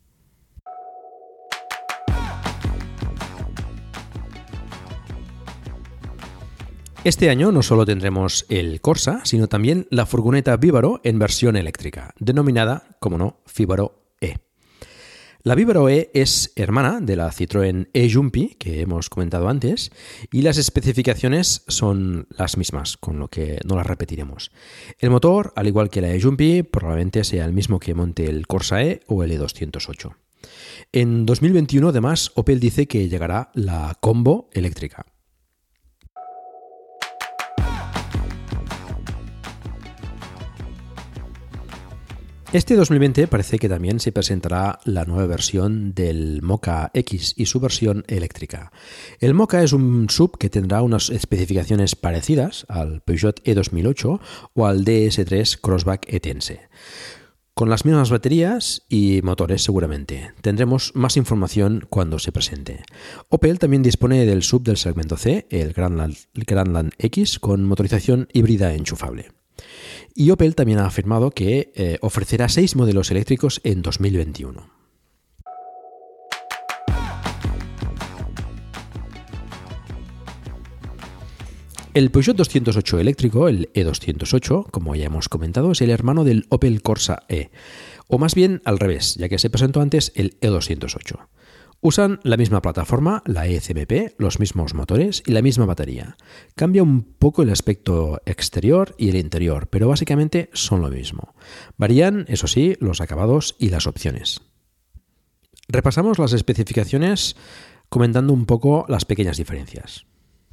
Este año no solo tendremos el Corsa, sino también la furgoneta Víbaro en versión eléctrica, denominada, como no, Víbaro E. La Víbaro E es hermana de la Citroën e-Jumpy, que hemos comentado antes, y las especificaciones son las mismas, con lo que no las repetiremos. El motor, al igual que la e-Jumpy, probablemente sea el mismo que monte el Corsa E o el E208. En 2021, además, Opel dice que llegará la Combo eléctrica. Este 2020 parece que también se presentará la nueva versión del Mokka X y su versión eléctrica. El Mokka es un SUV que tendrá unas especificaciones parecidas al Peugeot E2008 o al DS3 Crossback E-Tense. Con las mismas baterías y motores seguramente. Tendremos más información cuando se presente. Opel también dispone del SUV del segmento C, el Grandland X, con motorización híbrida enchufable. Y Opel también ha afirmado que ofrecerá 6 modelos eléctricos en 2021. El Peugeot 208 eléctrico, el E208, como ya hemos comentado, es el hermano del Opel Corsa E, o más bien al revés, ya que se presentó antes el E208. Usan la misma plataforma, la eCMP, los mismos motores y la misma batería. Cambia un poco el aspecto exterior y el interior, pero básicamente son lo mismo. Varían, eso sí, los acabados y las opciones. Repasamos las especificaciones comentando un poco las pequeñas diferencias.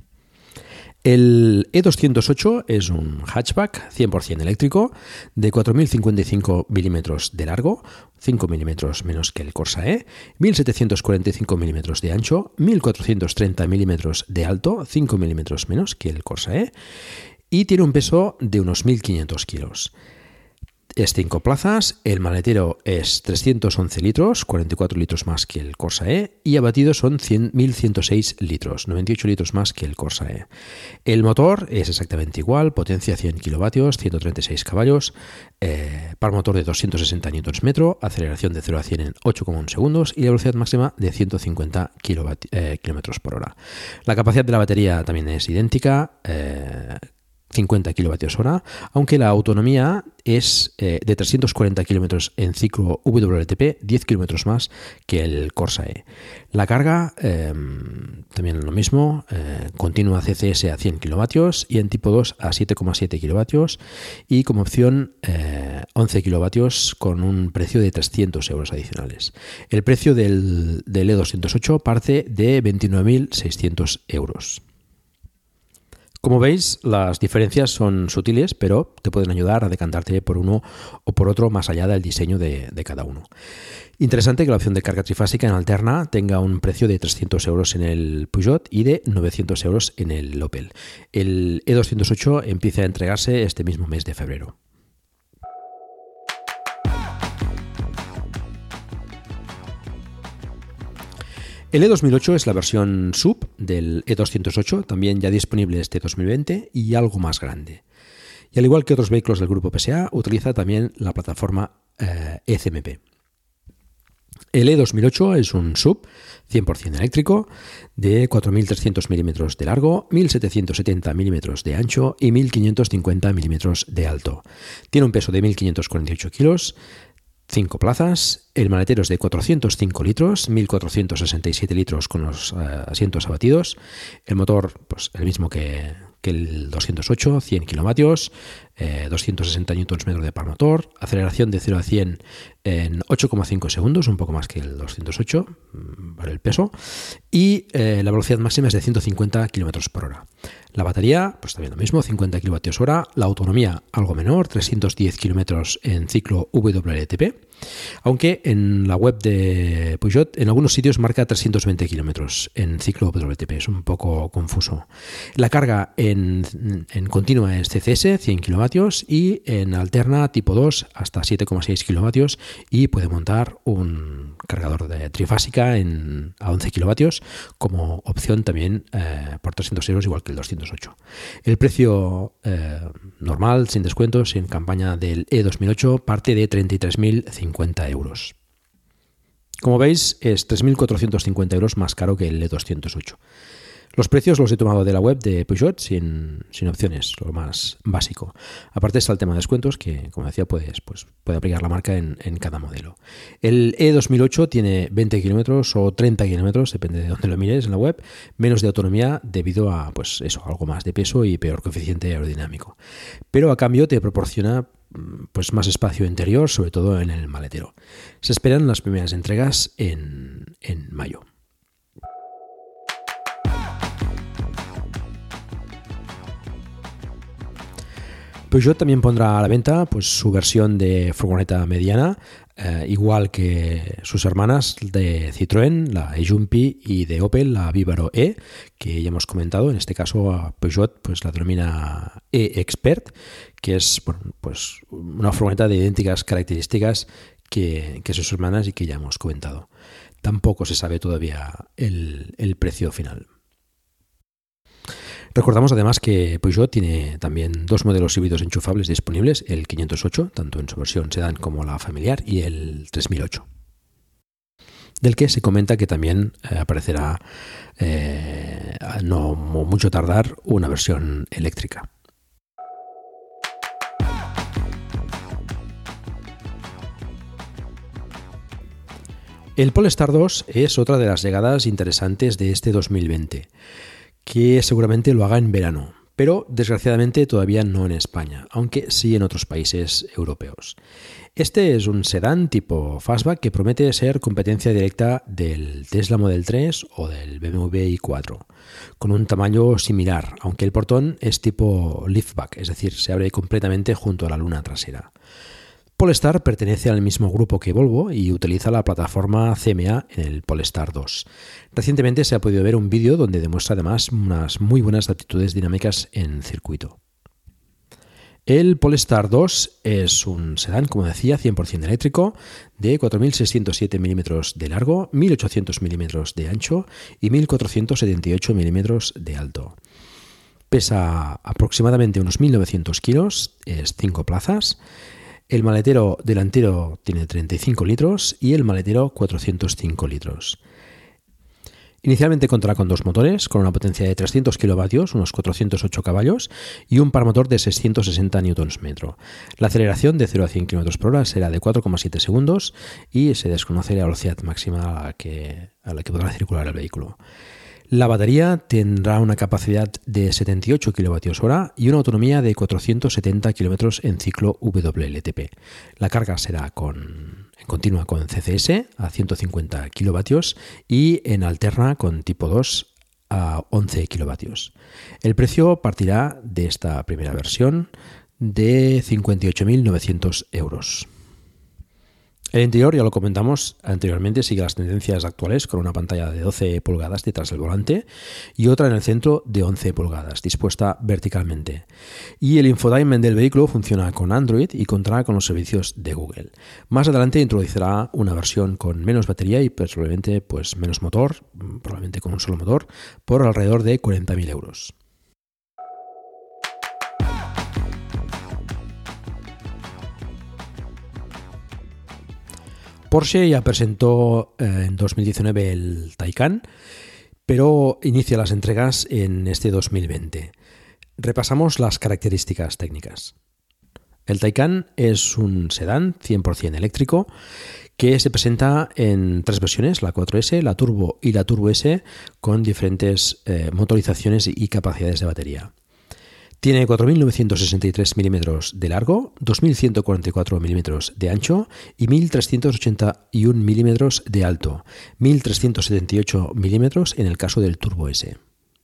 El E208 es un hatchback 100% eléctrico de 4.055 milímetros de largo, 5 milímetros menos que el Corsa E, 1.745 milímetros de ancho, 1.430 milímetros de alto, 5 milímetros menos que el Corsa E, y tiene un peso de unos 1.500 kilos. Es 5 plazas, el maletero es 311 litros, 44 litros más que el Corsa E, y abatidos son 1.106 litros, 98 litros más que el Corsa E. El motor es exactamente igual, potencia 100 kilovatios, 136 caballos, par motor de 260 Nm, aceleración de 0 a 100 en 8,1 segundos y la velocidad máxima de 150 km por hora. La capacidad de la batería también es idéntica, 50 kWh, aunque la autonomía es de 340 km en ciclo WLTP, 10 km más que el Corsa E. La carga, también lo mismo, continua CCS a 100 kW y en tipo 2 a 7,7 kW y como opción 11 kW con un precio de 300 euros adicionales. El precio del E208 parte de 29.600 euros. Como veis, las diferencias son sutiles, pero te pueden ayudar a decantarte por uno o por otro más allá del diseño de cada uno. Interesante que la opción de carga trifásica en alterna tenga un precio de 300 euros en el Peugeot y de 900 euros en el Opel. El E208 empieza a entregarse este mismo mes de febrero. El E2008 es la versión sub del E208, también ya disponible este 2020 y algo más grande. Y al igual que otros vehículos del grupo PSA, utiliza también la plataforma ECMP. El E2008 es un sub 100% eléctrico de 4.300 milímetros de largo, 1.770 milímetros de ancho y 1.550 milímetros de alto. Tiene un peso de 1.548 kilos, 5 plazas, el maletero es de 405 litros, 1.467 litros con los asientos abatidos, el motor pues el mismo que el 208, 100 kilovatios, 260 Nm de par motor, aceleración de 0 a 100 en 8,5 segundos, un poco más que el 208 por el peso, y la velocidad máxima es de 150 km por hora. La batería, pues también lo mismo, 50 kWh, la autonomía algo menor, 310 km en ciclo WLTP, aunque en la web de Peugeot en algunos sitios marca 320 km en ciclo WLTP, es un poco confuso. La carga en continua es CCS, 100 kW, y en alterna tipo 2 hasta 7,6 kW y puede montar un cargador de trifásica a 11 kW como opción también por 300 euros igual que el 208. El precio normal, sin descuentos, en campaña del E2008 parte de 33.050 euros. Como veis, es 3.450 euros más caro que el E208. Los precios los he tomado de la web de Peugeot sin opciones, lo más básico. Aparte está el tema de descuentos que, como decía, puede aplicar la marca en cada modelo. El E2008 tiene 20 kilómetros o 30 kilómetros, depende de dónde lo mires en la web, menos de autonomía debido a algo más de peso y peor coeficiente aerodinámico. Pero a cambio te proporciona más espacio interior, sobre todo en el maletero. Se esperan las primeras entregas en mayo. Peugeot también pondrá a la venta su versión de furgoneta mediana, igual que sus hermanas de Citroën, la e-Jumpy, y de Opel, la Vivaro E, que ya hemos comentado. En este caso a Peugeot la denomina E-Expert, que es una furgoneta de idénticas características que sus hermanas y que ya hemos comentado. Tampoco se sabe todavía el precio final. Recordamos además que Peugeot tiene también dos modelos híbridos enchufables disponibles, el 508, tanto en su versión sedán como la familiar, y el 3008, del que se comenta que también aparecerá no mucho tardar una versión eléctrica. El Polestar 2 es otra de las llegadas interesantes de este 2020. Que seguramente lo haga en verano, pero desgraciadamente todavía no en España, aunque sí en otros países europeos. Este es un sedán tipo fastback que promete ser competencia directa del Tesla Model 3 o del BMW i4, con un tamaño similar, aunque el portón es tipo liftback, es decir, se abre completamente junto a la luna trasera. Polestar pertenece al mismo grupo que Volvo y utiliza la plataforma CMA en el Polestar 2. Recientemente se ha podido ver un vídeo donde demuestra además unas muy buenas aptitudes dinámicas en circuito. El Polestar 2 es un sedán, como decía, 100% eléctrico, de 4.607 milímetros de largo, 1.800 milímetros de ancho y 1.478 milímetros de alto. Pesa aproximadamente unos 1.900 kilos, es 5 plazas. El maletero delantero tiene 35 litros y el maletero 405 litros. Inicialmente contará con dos motores, con una potencia de 300 kilovatios, unos 408 caballos, y un par motor de 660 Nm. La aceleración de 0 a 100 km/h será de 4,7 segundos y se desconoce la velocidad máxima a la que podrá circular el vehículo. La batería tendrá una capacidad de 78 kWh y una autonomía de 470 km en ciclo WLTP. La carga será en continua con CCS a 150 kW y en alterna con tipo 2 a 11 kW. El precio partirá de esta primera versión de 58.900 euros. El interior, ya lo comentamos anteriormente, sigue las tendencias actuales con una pantalla de 12 pulgadas detrás del volante y otra en el centro de 11 pulgadas, dispuesta verticalmente. Y el infotainment del vehículo funciona con Android y contará con los servicios de Google. Más adelante introducirá una versión con menos batería y probablemente menos motor, probablemente con un solo motor, por alrededor de 40.000 euros. Porsche ya presentó en 2019 el Taycan, pero inicia las entregas en este 2020. Repasamos las características técnicas. El Taycan es un sedán 100% eléctrico que se presenta en tres versiones, la 4S, la Turbo y la Turbo S, con diferentes motorizaciones y capacidades de batería. Tiene 4.963 milímetros de largo, 2.144 milímetros de ancho y 1.381 milímetros de alto, 1.378 milímetros en el caso del Turbo S.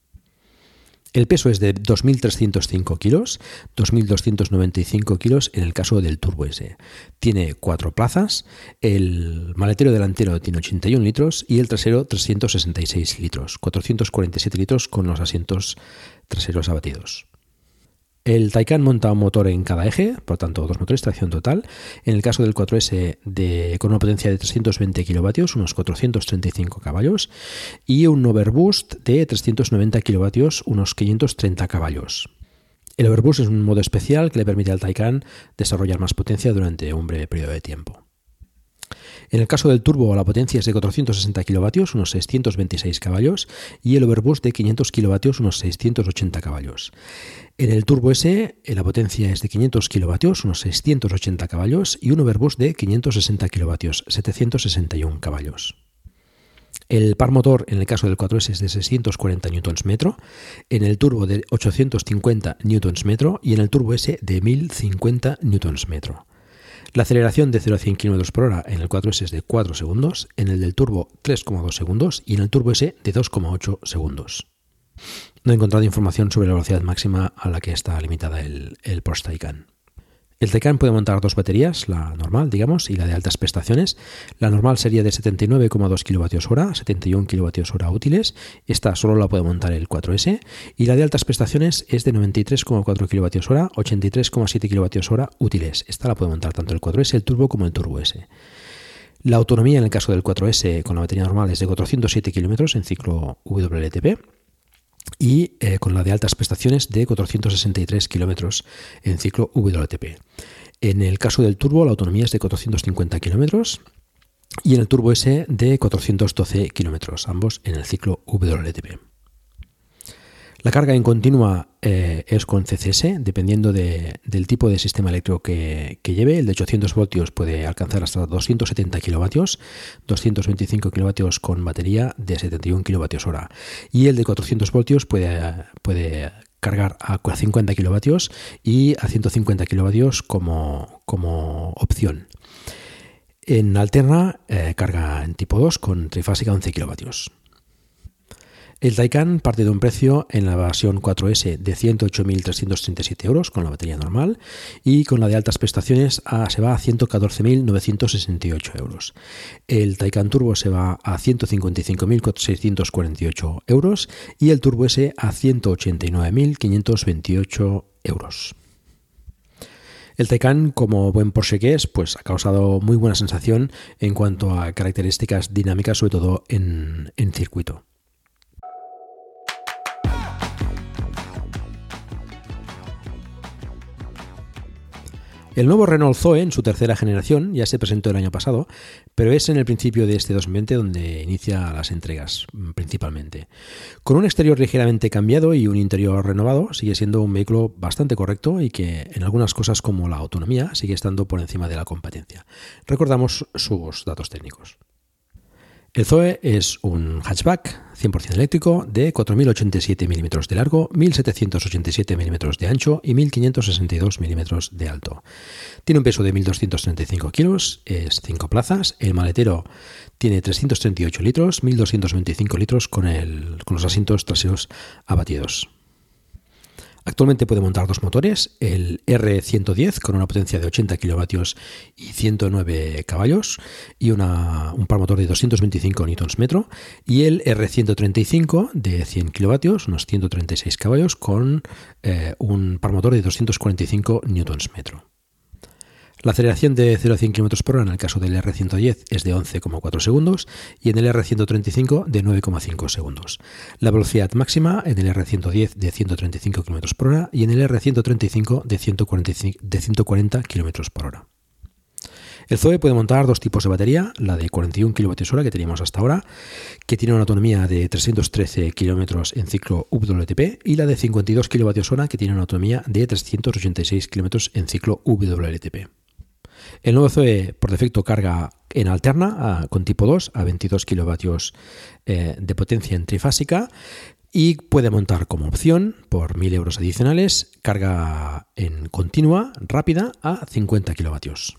El peso es de 2.305 kilos, 2.295 kilos en el caso del Turbo S. Tiene 4 plazas, el maletero delantero tiene 81 litros y el trasero 366 litros, 447 litros con los asientos traseros abatidos. El Taycan monta un motor en cada eje, por tanto dos motores, tracción total. En el caso del 4S con una potencia de 320 kilovatios, unos 435 caballos, y un overboost de 390 kilovatios, unos 530 caballos. El overboost es un modo especial que le permite al Taycan desarrollar más potencia durante un breve periodo de tiempo. En el caso del turbo, la potencia es de 460 kilovatios, unos 626 caballos, y el overboost de 500 kilovatios, unos 680 caballos. En el Turbo S, la potencia es de 500 kilovatios, unos 680 caballos, y un overboost de 560 kilovatios, 761 caballos. El par motor en el caso del 4S es de 640 Nm, en el turbo de 850 Nm y en el Turbo S de 1050 Nm. La aceleración de 0 a 100 km/h en el 4S es de 4 segundos, en el del turbo 3,2 segundos y en el Turbo S de 2,8 segundos. No he encontrado información sobre la velocidad máxima a la que está limitada el Porsche Taycan. El Taycan puede montar dos baterías, la normal, digamos, y la de altas prestaciones. La normal sería de 79,2 kWh, 71 kWh útiles. Esta solo la puede montar el 4S. Y la de altas prestaciones es de 93,4 kWh, 83,7 kWh útiles. Esta la puede montar tanto el 4S, el Turbo, como el Turbo S. La autonomía en el caso del 4S con la batería normal es de 407 km en ciclo WLTP. Y con la de altas prestaciones de 463 kilómetros en ciclo WLTP. En el caso del turbo, la autonomía es de 450 kilómetros y en el Turbo S de 412 kilómetros, ambos en el ciclo WLTP. La carga en continua es con CCS, dependiendo del tipo de sistema eléctrico que lleve. El de 800 voltios puede alcanzar hasta 270 kilovatios, 225 kilovatios con batería de 71 kWh. Y el de 400 voltios puede cargar a 50 kilovatios y a 150 kilovatios como opción. En alterna, carga en tipo 2 con trifásica 11 kilovatios. El Taycan parte de un precio en la versión 4S de 108.337 euros con la batería normal, y con la de altas prestaciones se va a 114.968 euros. El Taycan Turbo se va a 155.648 euros y el Turbo S a 189.528 euros. El Taycan, como buen Porsche que es, pues ha causado muy buena sensación en cuanto a características dinámicas, sobre todo en circuito. El nuevo Renault Zoe, en su tercera generación, ya se presentó el año pasado, pero es en el principio de este 2020 donde inicia las entregas principalmente. Con un exterior ligeramente cambiado y un interior renovado, sigue siendo un vehículo bastante correcto y que en algunas cosas como la autonomía sigue estando por encima de la competencia. Recordamos sus datos técnicos. El Zoe es un hatchback 100% eléctrico de 4.087 milímetros de largo, 1.787 milímetros de ancho y 1.562 milímetros de alto. Tiene un peso de 1.235 kilos, es 5 plazas. El maletero tiene 338 litros, 1.225 litros con los asientos traseros abatidos. Actualmente puede montar dos motores, el R110 con una potencia de 80 kilovatios y 109 caballos y un par motor de 225 Nm, y el R135 de 100 kilovatios, unos 136 caballos, con un par motor de 245 Nm. La aceleración de 0 a 100 km por hora en el caso del R110 es de 11,4 segundos y en el R135 de 9,5 segundos. La velocidad máxima en el R110 de 135 km por hora y en el R135 de 140 km por hora. El Zoe puede montar dos tipos de batería, la de 41 kWh que teníamos hasta ahora, que tiene una autonomía de 313 km en ciclo WLTP, y la de 52 kWh que tiene una autonomía de 386 km en ciclo WLTP. El nuevo Zoe por defecto carga en alterna con tipo 2 a 22 kilovatios de potencia en trifásica, y puede montar como opción, por 1.000 euros adicionales, carga en continua rápida a 50 kilovatios.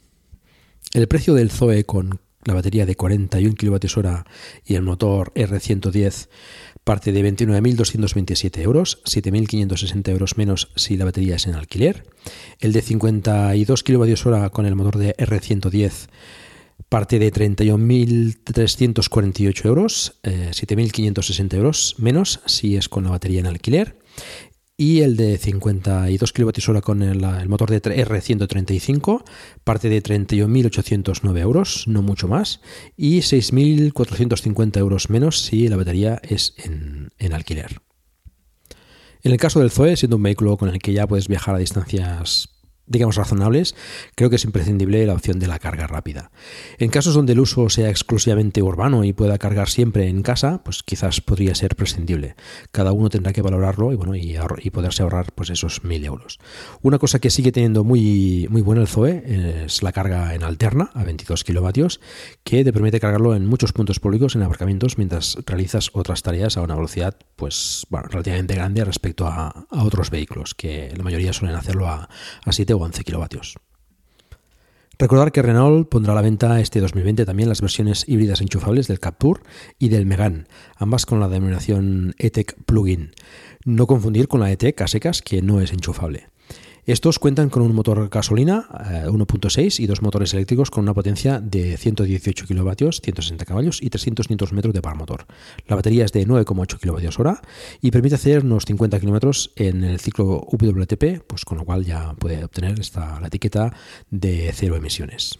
El precio del Zoe con la batería de 41 kWh y el motor R110 parte de 29.227 euros, 7.560 euros menos si la batería es en alquiler. El de 52 kWh con el motor de R110 parte de 31.348 euros, 7.560 euros menos si es con la batería en alquiler. Y el de 52 kWh con el motor de R135 parte de 31.809 euros, no mucho más, y 6.450 euros menos si la batería es en alquiler. En el caso del Zoe, siendo un vehículo con el que ya puedes viajar a distancias, digamos, razonables, creo que es imprescindible la opción de la carga rápida. En casos donde el uso sea exclusivamente urbano y pueda cargar siempre en casa, pues quizás podría ser prescindible. Cada uno tendrá que valorarlo y poderse ahorrar pues esos 1.000 euros. Una cosa que sigue teniendo muy buena el Zoe es la carga en alterna a 22 kilovatios, que te permite cargarlo en muchos puntos públicos, en aparcamientos, mientras realizas otras tareas a una velocidad relativamente grande respecto a otros vehículos, que la mayoría suelen hacerlo a 7 o 11 kilovatios. Recordar que Renault pondrá a la venta este 2020 también las versiones híbridas enchufables del Captur y del Megane, ambas con la denominación E-Tech Plug-in. No confundir con la E-Tech a secas, que no es enchufable. Estos cuentan con un motor gasolina 1.6 y dos motores eléctricos con una potencia de 118 kilovatios, 160 caballos y 300 Nm de par motor. La batería es de 9,8 kWh y permite hacer unos 50 km en el ciclo WLTP, pues con lo cual ya puede obtener la etiqueta de cero emisiones.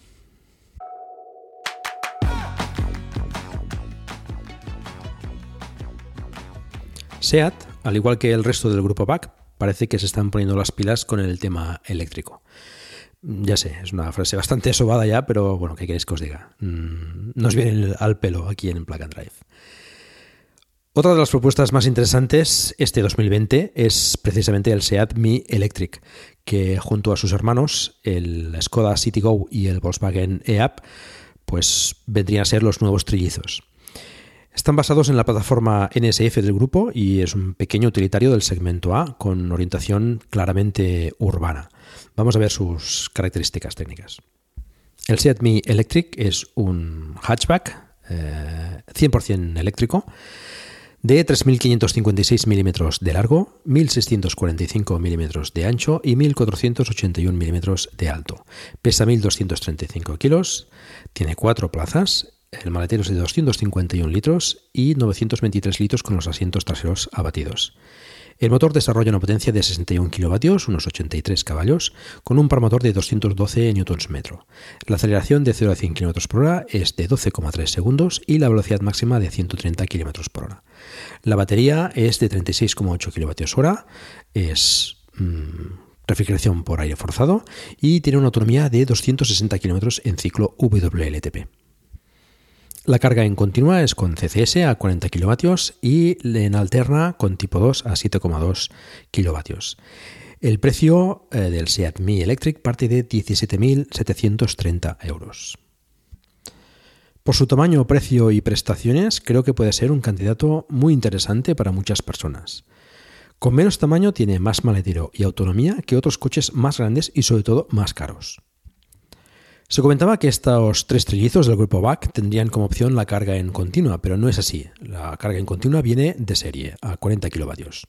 SEAT, al igual que el resto del grupo BAC, parece que se están poniendo las pilas con el tema eléctrico. Ya sé, es una frase bastante sobada ya, pero bueno, ¿qué queréis que os diga? Nos viene al pelo aquí en Plug and Drive. Otra de las propuestas más interesantes este 2020 es precisamente el SEAT Mi Electric, que junto a sus hermanos, el Skoda Citigo y el Volkswagen e-up, pues vendrían a ser los nuevos trillizos. Están basados en la plataforma NSF del grupo y es un pequeño utilitario del segmento A con orientación claramente urbana. Vamos a ver sus características técnicas. El Seat Mii Electric es un hatchback 100% eléctrico de 3.556 milímetros de largo, 1.645 milímetros de ancho y 1.481 milímetros de alto. Pesa 1.235 kilos, tiene 4 plazas, el maletero es de 251 litros y 923 litros con los asientos traseros abatidos. El motor desarrolla una potencia de 61 kilovatios, unos 83 caballos, con un par motor de 212 Nm. La aceleración de 0 a 100 km por hora es de 12,3 segundos y la velocidad máxima de 130 km por hora. La batería es de 36,8 kWh, es refrigeración por aire forzado y tiene una autonomía de 260 km en ciclo WLTP. La carga en continua es con CCS a 40 kW y en alterna con tipo 2 a 7,2 kW. El precio del Seat Mii Electric parte de 17.730 euros. Por su tamaño, precio y prestaciones, creo que puede ser un candidato muy interesante para muchas personas. Con menos tamaño tiene más maletero y autonomía que otros coches más grandes y sobre todo más caros. Se comentaba que estos 3 trillizos del grupo BAC tendrían como opción la carga en continua, pero no es así. La carga en continua viene de serie, a 40 kilovatios.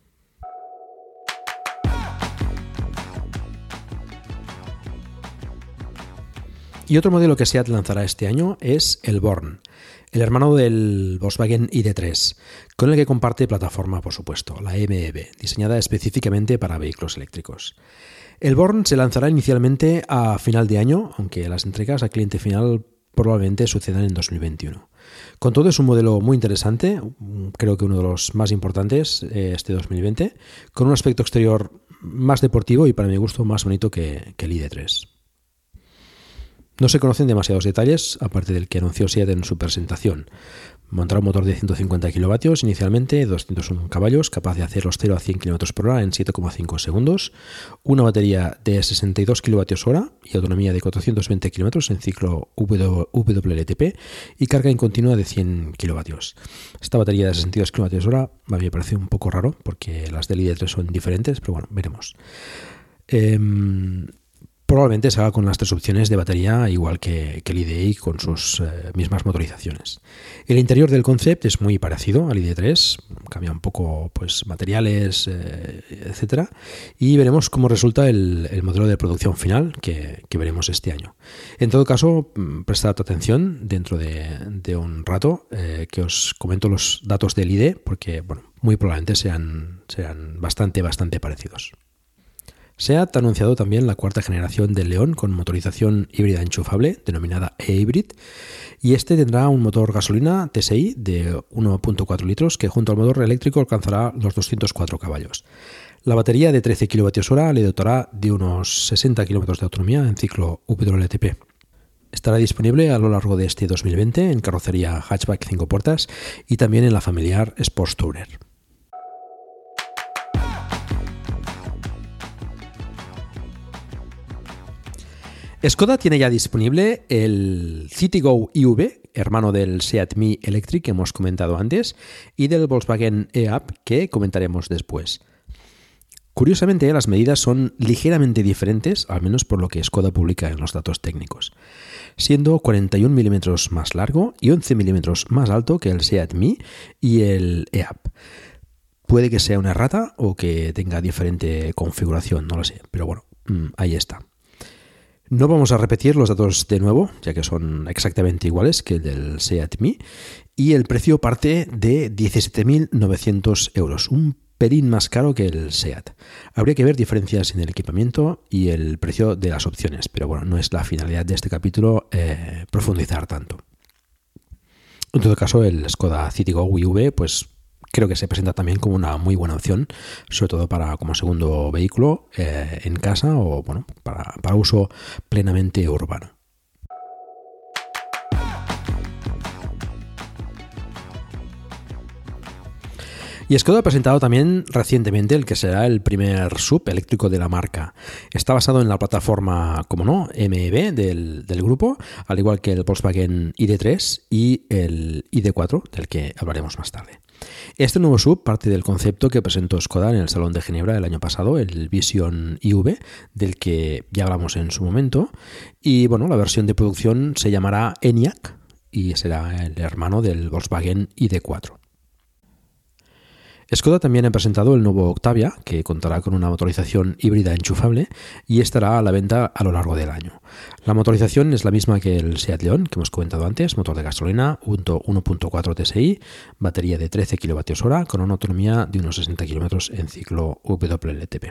Y otro modelo que Seat lanzará este año es el Born, el hermano del Volkswagen ID.3, con el que comparte plataforma, por supuesto, la MEB, diseñada específicamente para vehículos eléctricos. El Born se lanzará inicialmente a final de año, aunque las entregas al cliente final probablemente sucedan en 2021. Con todo, es un modelo muy interesante, creo que uno de los más importantes este 2020, con un aspecto exterior más deportivo y para mi gusto más bonito que el ID.3. No se conocen demasiados detalles, aparte del que anunció Seat en su presentación. Montará un motor de 150 kilovatios, inicialmente 201 caballos, capaz de hacer los 0 a 100 km por hora en 7,5 segundos, una batería de 62 kWh y autonomía de 420 km en ciclo WLTP y carga en continua de 100 kilovatios. Esta batería de 62 kWh a mí me parece un poco raro porque las del ID.3 son diferentes, pero bueno, veremos. Probablemente se haga con las 3 opciones de batería igual que el ID.i con sus mismas motorizaciones. El interior del concept es muy parecido al ID.3, cambia un poco pues materiales, etcétera, y veremos cómo resulta el modelo de producción final que veremos este año. En todo caso, prestad atención dentro de un rato que os comento los datos del ID porque bueno, muy probablemente sean bastante parecidos. Seat ha anunciado también la 4ª generación del León con motorización híbrida enchufable, denominada e-hybrid, y este tendrá un motor gasolina TSI de 1.4 litros que junto al motor eléctrico alcanzará los 204 caballos. La batería de 13 kWh le dotará de unos 60 km de autonomía en ciclo WLTP. Estará disponible a lo largo de este 2020 en carrocería hatchback 5 puertas y también en la familiar Sports Tourer. Skoda tiene ya disponible el Citigo EV, hermano del Seat Mii Electric que hemos comentado antes, y del Volkswagen e-up que comentaremos después. Curiosamente, las medidas son ligeramente diferentes, al menos por lo que Skoda publica en los datos técnicos, siendo 41 milímetros más largo y 11 milímetros más alto que el Seat Mii y el e-up. Puede que sea una errata o que tenga diferente configuración, no lo sé, pero bueno, ahí está. No vamos a repetir los datos de nuevo, ya que son exactamente iguales que el del Seat Mii, y el precio parte de 17.900 euros, un pelín más caro que el Seat. Habría que ver diferencias en el equipamiento y el precio de las opciones, pero bueno, no es la finalidad de este capítulo profundizar tanto. En todo caso, el Skoda Citigo EV, pues creo que se presenta también como una muy buena opción, sobre todo como segundo vehículo en casa o bueno, para uso plenamente urbano. Y Skoda ha presentado también recientemente el que será el primer SUV eléctrico de la marca. Está basado en la plataforma, como no, MEB del grupo, al igual que el Volkswagen ID3 y el ID4, del que hablaremos más tarde. Este nuevo SUV parte del concepto que presentó Skoda en el Salón de Ginebra el año pasado, el Vision IV, del que ya hablamos en su momento. Y bueno, la versión de producción se llamará Enyaq y será el hermano del Volkswagen ID4. Skoda también ha presentado el nuevo Octavia, que contará con una motorización híbrida enchufable y estará a la venta a lo largo del año. La motorización es la misma que el Seat León, que hemos comentado antes, motor de gasolina, 1.4 TSI, batería de 13 kWh con una autonomía de unos 60 km en ciclo WLTP.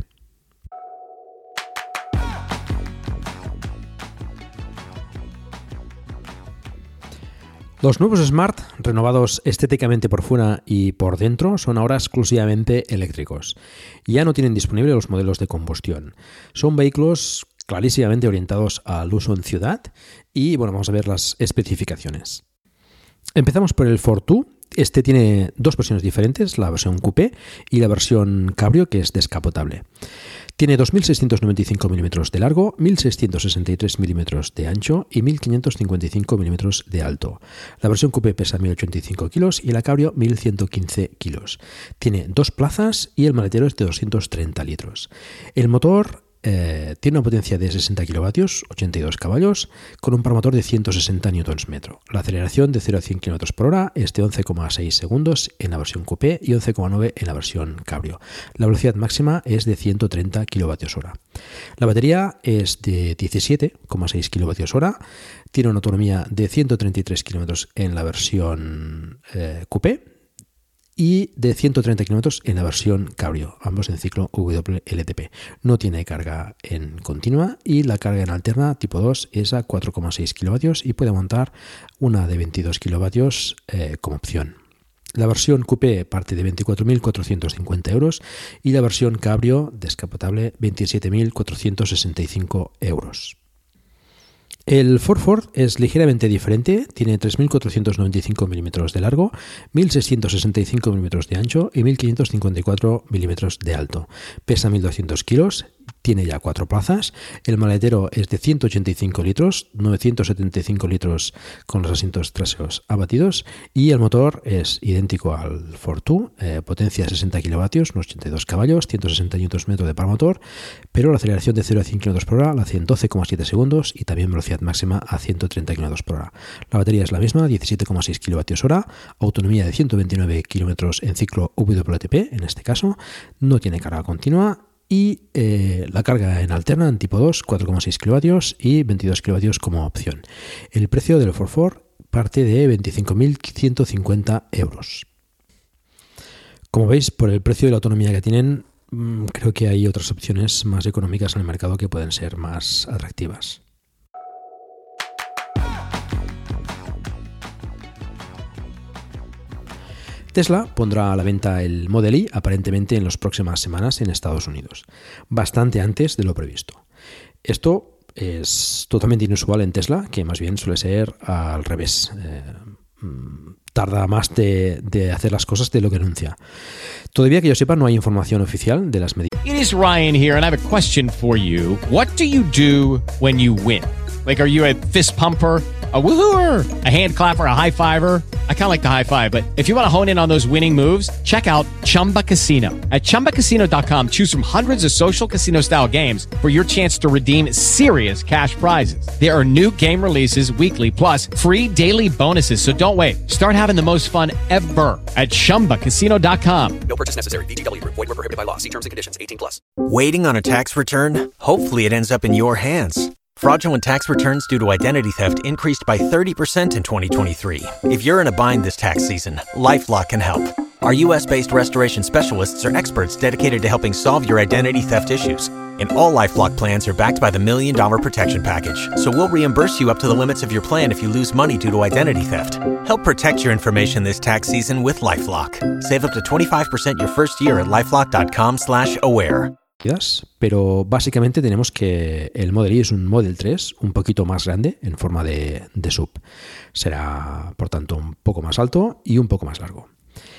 Los nuevos Smart, renovados estéticamente por fuera y por dentro, son ahora exclusivamente eléctricos. Ya no tienen disponibles los modelos de combustión. Son vehículos clarísimamente orientados al uso en ciudad y bueno, vamos a ver las especificaciones. Empezamos por el Fortwo. Este tiene dos versiones diferentes, la versión coupé y la versión cabrio, que es descapotable. Tiene 2.695 milímetros de largo, 1.663 milímetros de ancho y 1.555 milímetros de alto. La versión coupé pesa 1.085 kilos y la cabrio 1.115 kilos. Tiene dos plazas y el maletero es de 230 litros. El motor tiene una potencia de 60 kilovatios, 82 caballos, con un par motor de 160 Nm. La aceleración de 0 a 100 km por hora es de 11,6 segundos en la versión coupé y 11,9 en la versión cabrio. La velocidad máxima es de 130 kWh. La batería es de 17,6 kWh, tiene una autonomía de 133 km en la versión coupé y de 130 km en la versión cabrio, ambos en ciclo WLTP. No tiene carga en continua y la carga en alterna tipo 2 es a 4,6 kW y puede montar una de 22 kW como opción. La versión coupé parte de 24.450 euros y la versión cabrio descapotable 27.465 euros. El Ford es ligeramente diferente, tiene 3.495 milímetros de largo, 1.665 milímetros de ancho y 1.554 milímetros de alto. Pesa 1.200 kilos, tiene ya 4 plazas, el maletero es de 185 litros, 975 litros con los asientos traseros abatidos y el motor es idéntico al Fortwo, potencia 60 kilovatios, unos 82 caballos, 160 Nm de par motor, pero la aceleración de 0 a 100 km por hora la hace en 12,7 segundos y también velocidad máxima a 130 km por hora. La batería es la misma, 17,6 kWh, autonomía de 129 km en ciclo WLTP, en este caso, no tiene carga continua y la carga en alterna en tipo 2, 4,6 kW y 22 kW como opción. El precio del Ford parte de 25.150 euros. Como veis, por el precio y la autonomía que tienen, creo que hay otras opciones más económicas en el mercado que pueden ser más atractivas. Tesla pondrá a la venta el Model Y aparentemente en las próximas semanas en Estados Unidos, bastante antes de lo previsto. Esto es totalmente inusual en Tesla, que más bien suele ser al revés. Tarda más de hacer las cosas de lo que anuncia. Todavía que yo sepa, no hay información oficial de las medidas. It is Ryan here, and I have a question for you. What do you do when you win? Like, are you a fist pumper, a woohooer, a hand clapper, a high fiver? I kind of like the high five, but if you want to hone in on those winning moves, check out Chumba Casino. At ChumbaCasino.com, choose from hundreds of social casino-style games for your chance to redeem serious cash prizes. There are new game releases weekly, plus free daily bonuses, so don't wait. Start having the most fun ever at ChumbaCasino.com. No purchase necessary. VGW Group. Void where prohibited by law. See terms and conditions. 18+. Waiting on a tax return? Hopefully it ends up in your hands. Fraudulent tax returns due to identity theft increased by 30% in 2023. If you're in a bind this tax season, LifeLock can help. Our U.S.-based restoration specialists are experts dedicated to helping solve your identity theft issues. And all LifeLock plans are backed by the $1 Million Protection Package. So we'll reimburse you up to the limits of your plan if you lose money due to identity theft. Help protect your information this tax season with LifeLock. Save up to 25% your first year at LifeLock.com/aware. Pero básicamente tenemos que el Model Y es un Model 3 un poquito más grande en forma de SUV. Será, por tanto, un poco más alto y un poco más largo.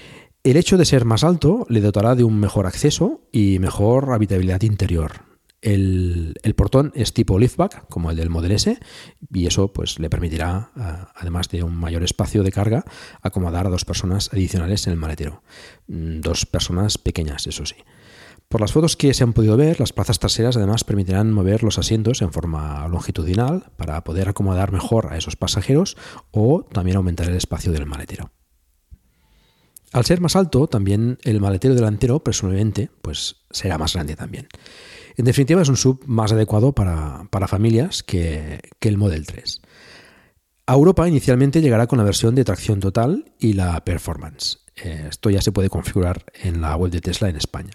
El hecho de ser más alto le dotará de un mejor acceso y mejor habitabilidad interior. El portón es tipo liftback, como el del Model S, y eso pues le permitirá, además de un mayor espacio de carga, acomodar a 2 personas adicionales en el maletero. 2 personas pequeñas, eso sí. Por las fotos que se han podido ver, las plazas traseras además permitirán mover los asientos en forma longitudinal para poder acomodar mejor a esos pasajeros o también aumentar el espacio del maletero. Al ser más alto, también el maletero delantero, presumiblemente, pues será más grande también. En definitiva, es un SUV más adecuado para familias que el Model 3. A Europa inicialmente llegará con la versión de tracción total y la Performance. Esto ya se puede configurar en la web de Tesla en España.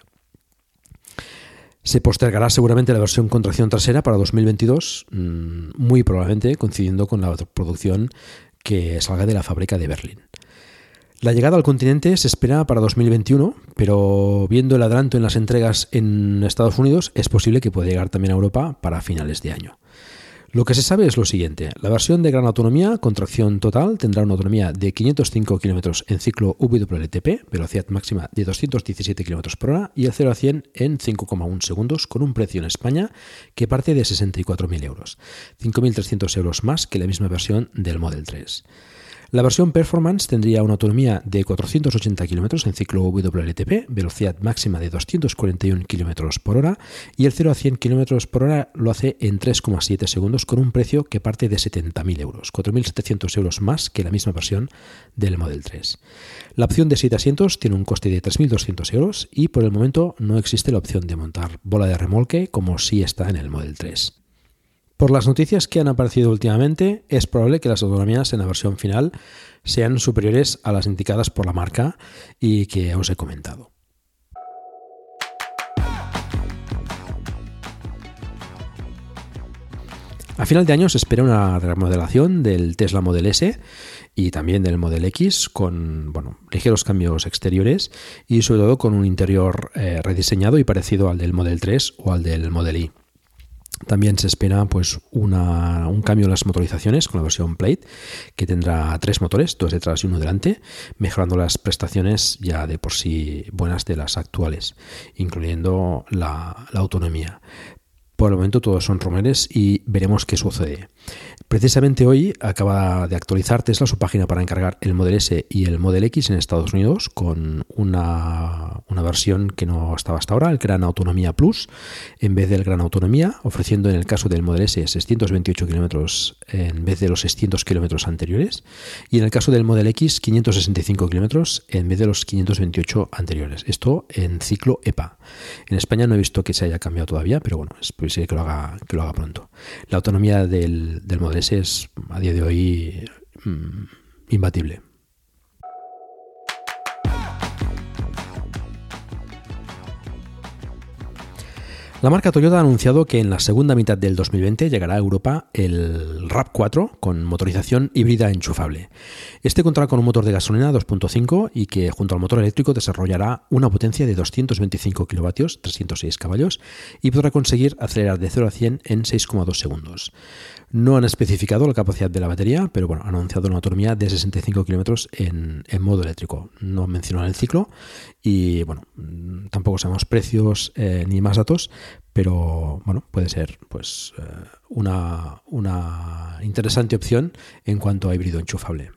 Se postergará seguramente la versión con tracción trasera para 2022, muy probablemente coincidiendo con la producción que salga de la fábrica de Berlín. La llegada al continente se espera para 2021, pero viendo el adelanto en las entregas en Estados Unidos, es posible que pueda llegar también a Europa para finales de año. Lo que se sabe es lo siguiente: la versión de gran autonomía con tracción total tendrá una autonomía de 505 km en ciclo WLTP, velocidad máxima de 217 km por hora, y el 0 a 100 en 5,1 segundos, con un precio en España que parte de 64.000 euros, 5.300 euros más que la misma versión del Model 3. La versión Performance tendría una autonomía de 480 km en ciclo WLTP, velocidad máxima de 241 km por hora, y el 0 a 100 km por hora lo hace en 3,7 segundos, con un precio que parte de 70.000 euros, 4.700 euros más que la misma versión del Model 3. La opción de 7 asientos tiene un coste de 3.200 euros y por el momento no existe la opción de montar bola de remolque como sí está en el Model 3. Por las noticias que han aparecido últimamente, es probable que las autonomías en la versión final sean superiores a las indicadas por la marca y que os he comentado. A final de año se espera una remodelación del Tesla Model S y también del Model X con ligeros cambios exteriores y sobre todo con un interior rediseñado y parecido al del Model 3 o al del Model Y. También se espera pues un cambio en las motorizaciones con la versión Plate, que tendrá 3 motores, 2 detrás y 1 delante, mejorando las prestaciones ya de por sí buenas de las actuales, incluyendo la autonomía. Por el momento todos son rumores y veremos qué sucede. Precisamente hoy acaba de actualizar Tesla su página para encargar el Model S y el Model X en Estados Unidos con una versión que no estaba hasta ahora, el Gran Autonomía Plus, en vez del Gran Autonomía, ofreciendo en el caso del Model S 628 kilómetros en vez de los 600 kilómetros anteriores, y en el caso del Model X 565 kilómetros en vez de los 528 anteriores. Esto en ciclo EPA. En España no he visto que se haya cambiado todavía, pero bueno, es posible que lo haga pronto. La autonomía del Model S es a día de hoy imbatible. La marca Toyota ha anunciado que en la segunda mitad del 2020 llegará a Europa el RAV4 con motorización híbrida enchufable. Este contará con un motor de gasolina 2.5 y que junto al motor eléctrico desarrollará una potencia de 225 kilovatios, 306 caballos, y podrá conseguir acelerar de 0 a 100 en 6,2 segundos. No han especificado la capacidad de la batería, pero han anunciado una autonomía de 65 kilómetros en modo eléctrico. No mencionan el ciclo y tampoco sabemos precios ni más datos, pero puede ser una interesante opción en cuanto a híbrido enchufable.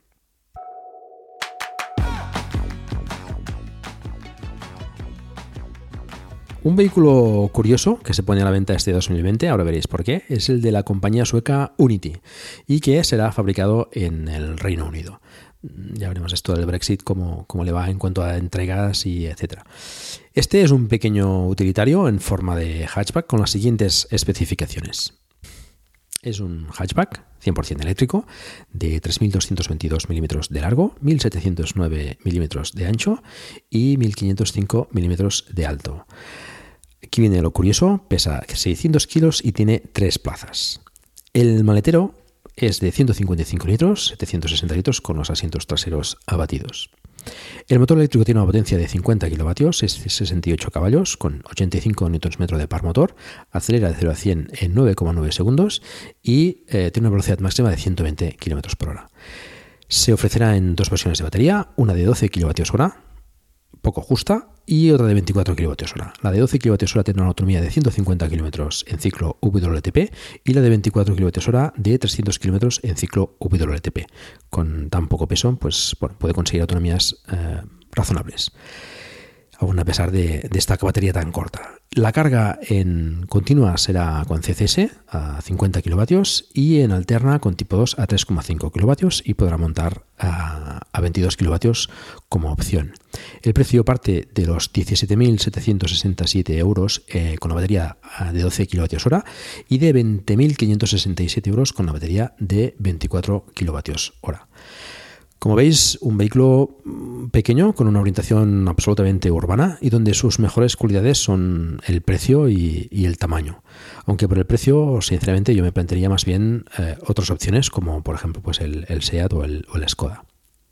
Un vehículo curioso que se pone a la venta este 2020, ahora veréis por qué, es el de la compañía sueca Unity y que será fabricado en el Reino Unido. Ya veremos esto del Brexit, cómo le va en cuanto a entregas y etcétera. Este es un pequeño utilitario en forma de hatchback con las siguientes especificaciones. Es un hatchback 100% eléctrico de 3.222 milímetros de largo, 1.709 milímetros de ancho y 1.505 milímetros de alto. Aquí viene lo curioso, pesa 600 kilos y tiene 3 plazas. El maletero es de 155 litros, 760 litros con los asientos traseros abatidos. El motor eléctrico tiene una potencia de 50 kilovatios, es 68 caballos, con 85 Nm de par motor, acelera de 0 a 100 en 9,9 segundos y tiene una velocidad máxima de 120 km por hora. Se ofrecerá en 2 versiones de batería, una de 12 kWh poco justa, y otra de 24 kWh. La de 12 kWh tiene una autonomía de 150 km en ciclo WLTP y la de 24 kWh de 300 km en ciclo WLTP. Con tan poco peso, pues bueno, puede conseguir autonomías razonables, aún a pesar de esta batería tan corta. La carga en continua será con CCS a 50 kW y en alterna con tipo 2 a 3,5 kW y podrá montar a 22 kW como opción. El precio parte de los 17.767 euros con la batería de 12 kWh y de 20.567 euros con la batería de 24 kWh. Como veis, un vehículo pequeño con una orientación absolutamente urbana y donde sus mejores cualidades son el precio y el tamaño. Aunque por el precio, sinceramente, yo me plantearía más bien otras opciones como, por ejemplo, pues el SEAT o el Skoda.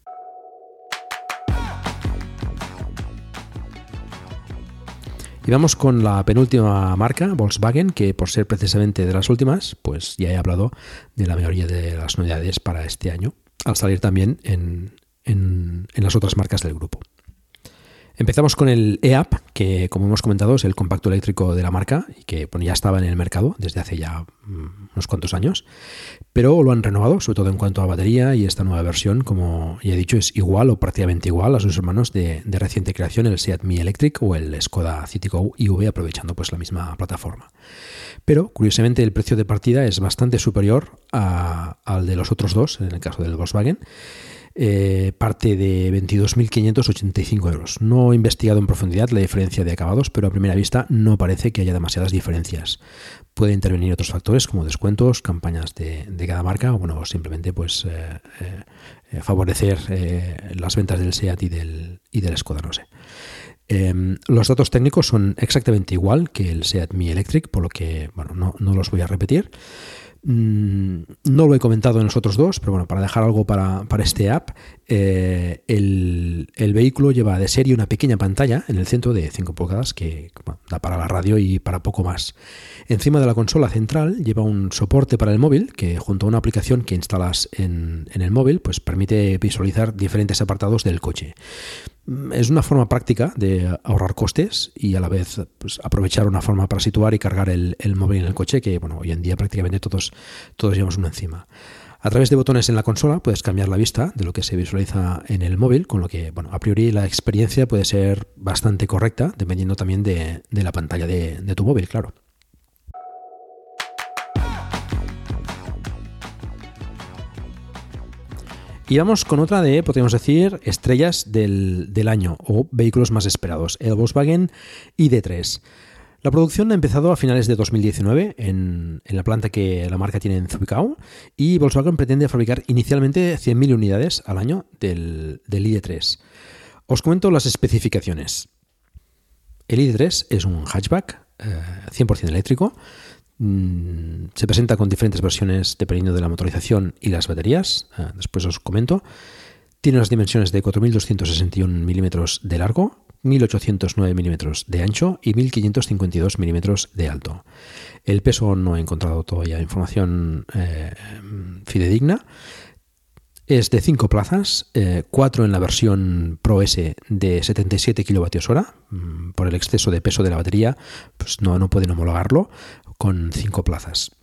Y vamos con la penúltima marca, Volkswagen, que por ser precisamente de las últimas, pues ya he hablado de la mayoría de las novedades para este año, al salir también en las otras marcas del grupo. Empezamos con el e-up, que como hemos comentado es el compacto eléctrico de la marca y que bueno, ya estaba en el mercado desde hace ya unos cuantos años, pero lo han renovado, sobre todo en cuanto a batería, y esta nueva versión, como ya he dicho, es igual o prácticamente igual a sus hermanos de reciente creación, el Seat Mii Electric o el Skoda Citigo EV, aprovechando pues la misma plataforma. Pero, curiosamente, el precio de partida es bastante superior al de los otros dos, en el caso del Volkswagen. Parte de 22.585 euros. No he investigado en profundidad la diferencia de acabados, pero a primera vista no parece que haya demasiadas diferencias. Puede intervenir otros factores como descuentos, campañas de cada marca o bueno, simplemente pues favorecer las ventas del SEAT y del Skoda, no sé. Los datos técnicos son exactamente igual que el Seat Mii Electric, por lo que bueno, no los voy a repetir. No lo he comentado en los otros dos, pero bueno, para dejar algo para este app, el vehículo lleva de serie una pequeña pantalla en el centro de 5 pulgadas que bueno, da para la radio y para poco más. Encima de la consola central lleva un soporte para el móvil que, junto a una aplicación que instalas en el móvil, pues permite visualizar diferentes apartados del coche. Es una forma práctica de ahorrar costes y a la vez pues, aprovechar una forma para situar y cargar el móvil en el coche, que bueno, hoy en día prácticamente todos llevamos uno encima. A través de botones en la consola puedes cambiar la vista de lo que se visualiza en el móvil, con lo que bueno, a priori la experiencia puede ser bastante correcta, dependiendo también de la pantalla de tu móvil, claro. Y vamos con otra de, podríamos decir, estrellas del año o vehículos más esperados, el Volkswagen ID.3. La producción ha empezado a finales de 2019 en la planta que la marca tiene en Zwickau y Volkswagen pretende fabricar inicialmente 100.000 unidades al año del ID.3. Os comento las especificaciones. El ID.3 es un hatchback 100% eléctrico. Se presenta con diferentes versiones dependiendo de la motorización y las baterías. Después os comento. Tiene unas dimensiones de 4.261 milímetros de largo, 1.809 milímetros de ancho y 1.552 milímetros de alto. El peso no he encontrado todavía información fidedigna. Es de 5 plazas, 4 en la versión Pro S de 77 kWh. Por el exceso de peso de la batería, pues no pueden homologarlo con 5 plazas.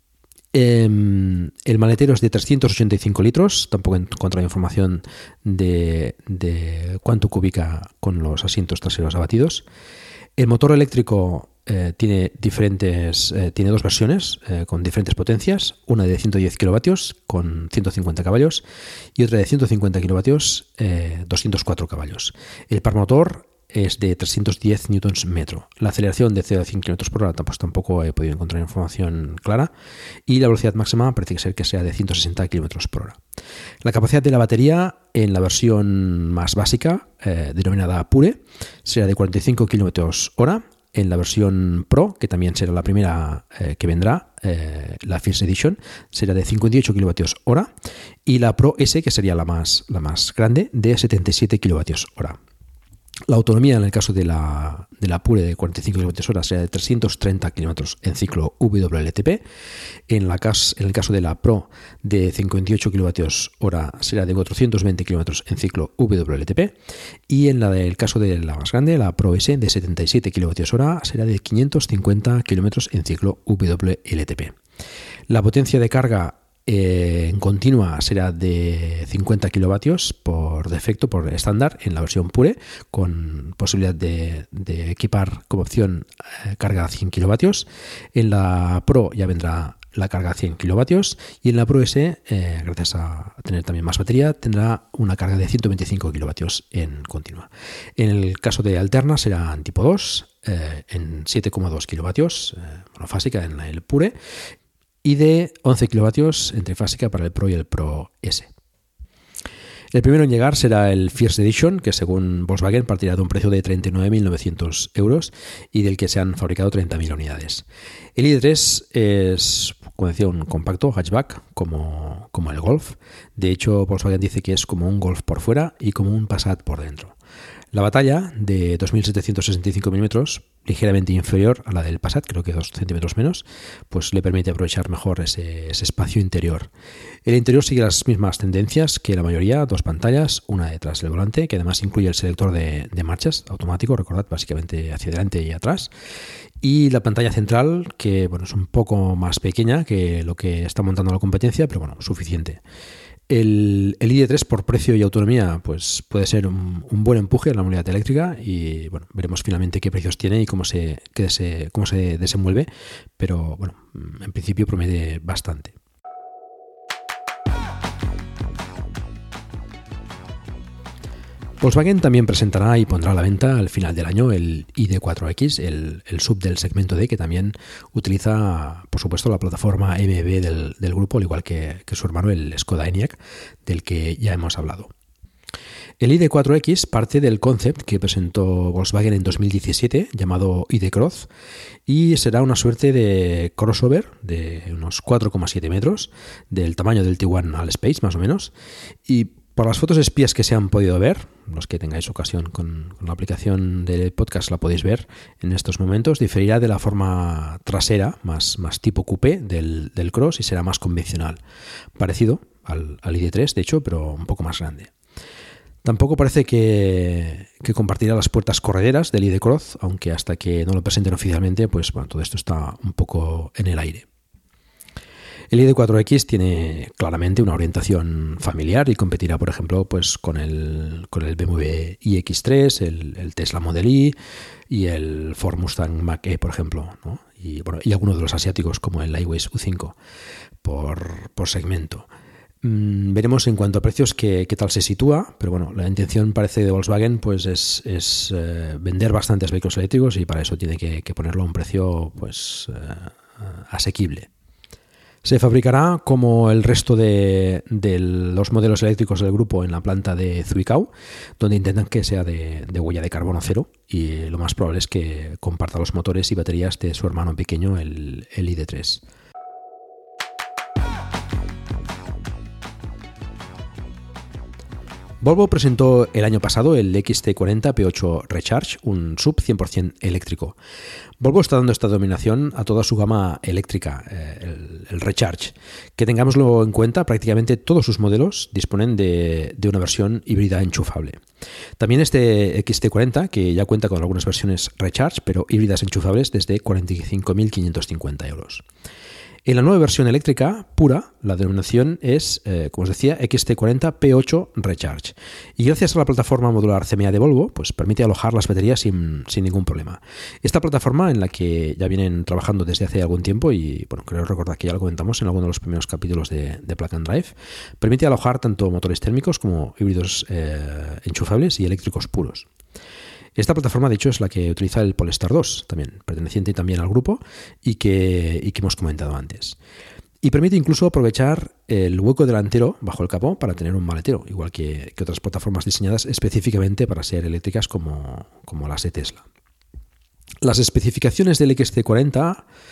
El maletero es de 385 litros, tampoco he encontrado información de cuánto cubica con los asientos traseros abatidos. El motor eléctrico tiene dos versiones con diferentes potencias, una de 110 kilovatios con 150 caballos y otra de 150 kilovatios 204 caballos. El par motor es de 310 newtons metro. La aceleración de 0 a 100 km por hora pues tampoco he podido encontrar información clara y la velocidad máxima parece ser que sea de 160 km por hora. La capacidad de la batería en la versión más básica, denominada Pure, será de 45 km hora. En la versión Pro, que también será la primera que vendrá, la First Edition, será de 58 kWh y la Pro S, que sería la más grande, de 77 kWh. La autonomía en el caso de la Pure de 45 km/h será de 330 km en ciclo WLTP. En el caso de la Pro de 58 kWh será de 420 km en ciclo WLTP. Y en el caso de la más grande, la Pro S de 77 kWh será de 550 km en ciclo WLTP. La potencia de carga en continua será de 50 kilovatios por defecto, por estándar, en la versión Pure, con posibilidad de equipar como opción carga a 100 kilovatios. En la Pro ya vendrá la carga a 100 kilovatios y en la Pro S, gracias a tener también más batería, tendrá una carga de 125 kilovatios en continua. En el caso de alterna será en tipo 2, en 7,2 kilovatios, monofásica en el Pure, y de 11 kilovatios en trifásica para el Pro y el Pro S. El primero en llegar será el First Edition, que según Volkswagen partirá de un precio de 39.900 euros y del que se han fabricado 30.000 unidades. El ID3 es, como decía, un compacto hatchback como el Golf. De hecho, Volkswagen dice que es como un Golf por fuera y como un Passat por dentro. La batalla, de 2.765 milímetros, ligeramente inferior a la del Passat, creo que 2 centímetros menos, pues le permite aprovechar mejor ese espacio interior. El interior sigue las mismas tendencias que la mayoría, 2 pantallas, una detrás del volante, que además incluye el selector de marchas automático, recordad, básicamente hacia adelante y atrás. Y la pantalla central, que bueno, es un poco más pequeña que lo que está montando la competencia, pero bueno, suficiente. El ID3 por precio y autonomía pues puede ser un buen empuje en la movilidad eléctrica y bueno, veremos finalmente qué precios tiene y cómo se desenvuelve, pero bueno, en principio promete bastante. Volkswagen también presentará y pondrá a la venta al final del año el ID4X, el sub del segmento D, que también utiliza, por supuesto, la plataforma MEB del grupo, al igual que su hermano, el Skoda Enyaq, del que ya hemos hablado. El ID4X parte del concept que presentó Volkswagen en 2017, llamado ID.Cross, y será una suerte de crossover de unos 4,7 metros, del tamaño del Tiguan Allspace, más o menos, y por las fotos espías que se han podido ver, los que tengáis ocasión con la aplicación del podcast la podéis ver en estos momentos, diferirá de la forma trasera, más tipo coupé del Cross, y será más convencional, parecido al ID3 de hecho, pero un poco más grande. Tampoco parece que compartirá las puertas correderas del ID.Cross, aunque hasta que no lo presenten oficialmente, pues bueno, todo esto está un poco en el aire. El ID4X tiene claramente una orientación familiar y competirá, por ejemplo, pues con el BMW iX3, el Tesla Model Y y el Ford Mustang Mach-E, por ejemplo, ¿no? Y algunos de los asiáticos como el iWays U5 por segmento. Veremos en cuanto a precios qué tal se sitúa, pero bueno, la intención parece de Volkswagen pues es vender bastantes vehículos eléctricos y para eso tiene que ponerlo a un precio pues asequible. Se fabricará como el resto de los modelos eléctricos del grupo en la planta de Zwickau, donde intentan que sea de huella de carbono cero y lo más probable es que comparta los motores y baterías de su hermano pequeño, el ID3. Volvo presentó el año pasado el XC40 P8 Recharge, un sub 100% eléctrico. Volvo está dando esta dominación a toda su gama eléctrica, el Recharge. Que tengámoslo en cuenta, prácticamente todos sus modelos disponen de una versión híbrida enchufable. También este XC40, que ya cuenta con algunas versiones Recharge, pero híbridas enchufables desde 45.550 euros. En la nueva versión eléctrica pura, la denominación es, como os decía, XT40 P8 Recharge. Y gracias a la plataforma modular CMA de Volvo, pues permite alojar las baterías sin ningún problema. Esta plataforma, en la que ya vienen trabajando desde hace algún tiempo, y bueno, creo recordar que ya lo comentamos en alguno de los primeros capítulos de Plug and Drive, permite alojar tanto motores térmicos como híbridos enchufables y eléctricos puros. Esta plataforma, de hecho, es la que utiliza el Polestar 2, también perteneciente también al grupo y que hemos comentado antes. Y permite incluso aprovechar el hueco delantero bajo el capó para tener un maletero, igual que otras plataformas diseñadas específicamente para ser eléctricas como las de Tesla. Las especificaciones del XC40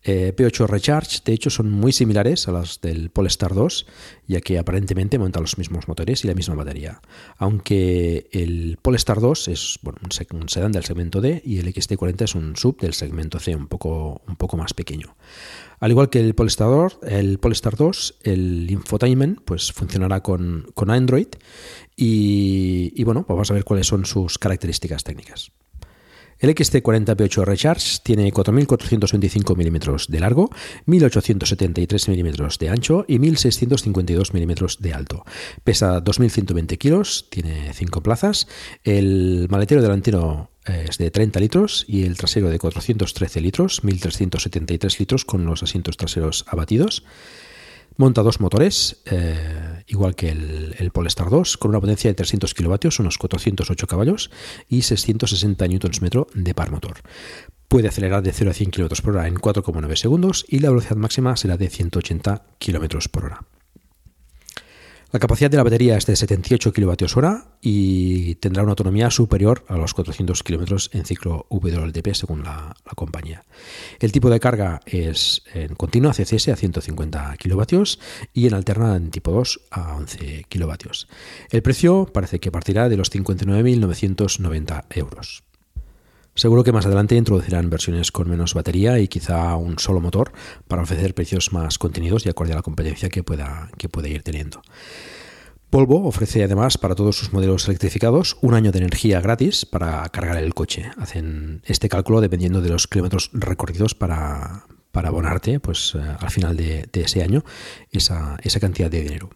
P8 Recharge, de hecho, son muy similares a las del Polestar 2, ya que aparentemente montan los mismos motores y la misma batería. Aunque el Polestar 2 es un sedán del segmento D y el XT40 es un sub del segmento C, un poco más pequeño. Al igual que el Polestar 2, el infotainment pues funcionará con Android y bueno, pues vamos a ver cuáles son sus características técnicas. El XT40 P8 Recharge tiene 4.425 milímetros de largo, 1.873 milímetros de ancho y 1.652 milímetros de alto. Pesa 2.120 kilos, tiene 5 plazas. El maletero delantero es de 30 litros y el trasero de 413 litros, 1.373 litros con los asientos traseros abatidos. Monta dos motores, igual que el Polestar 2, con una potencia de 300 kilovatios, unos 408 caballos y 660 Nm de par motor. Puede acelerar de 0 a 100 km por hora en 4,9 segundos y la velocidad máxima será de 180 km por hora. La capacidad de la batería es de 78 kWh y tendrá una autonomía superior a los 400 km en ciclo WLTP según la compañía. El tipo de carga es en continua CCS a 150 kW y en alterna en tipo 2 a 11 kW. El precio parece que partirá de los 59.990 euros. Seguro que más adelante introducirán versiones con menos batería y quizá un solo motor para ofrecer precios más contenidos y acorde a la competencia que pueda ir teniendo. Volvo ofrece además para todos sus modelos electrificados un año de energía gratis para cargar el coche. Hacen este cálculo dependiendo de los kilómetros recorridos para abonarte pues, al final de ese año esa cantidad de dinero.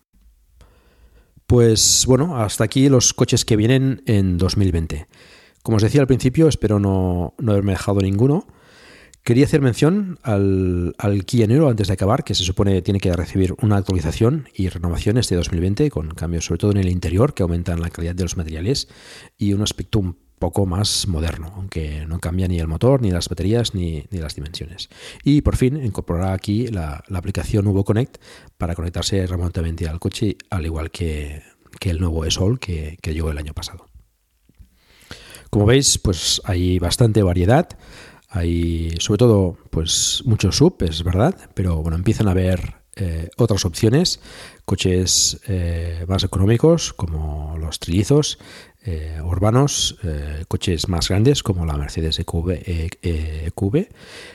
Pues bueno, hasta aquí los coches que vienen en 2020. Como os decía al principio, espero no haberme dejado ninguno. Quería hacer mención al Kia Niro antes de acabar, que se supone tiene que recibir una actualización y renovación este 2020, con cambios sobre todo en el interior que aumentan la calidad de los materiales y un aspecto un poco más moderno, aunque no cambia ni el motor, ni las baterías, ni las dimensiones. Y por fin incorporará aquí la aplicación Uvo Connect para conectarse remotamente al coche, al igual que el nuevo e-Sol que llegó el año pasado. Como veis, pues hay bastante variedad, hay sobre todo pues muchos sub, es verdad, pero bueno, empiezan a haber otras opciones, coches más económicos como los trillizos, urbanos, coches más grandes como la Mercedes EQV,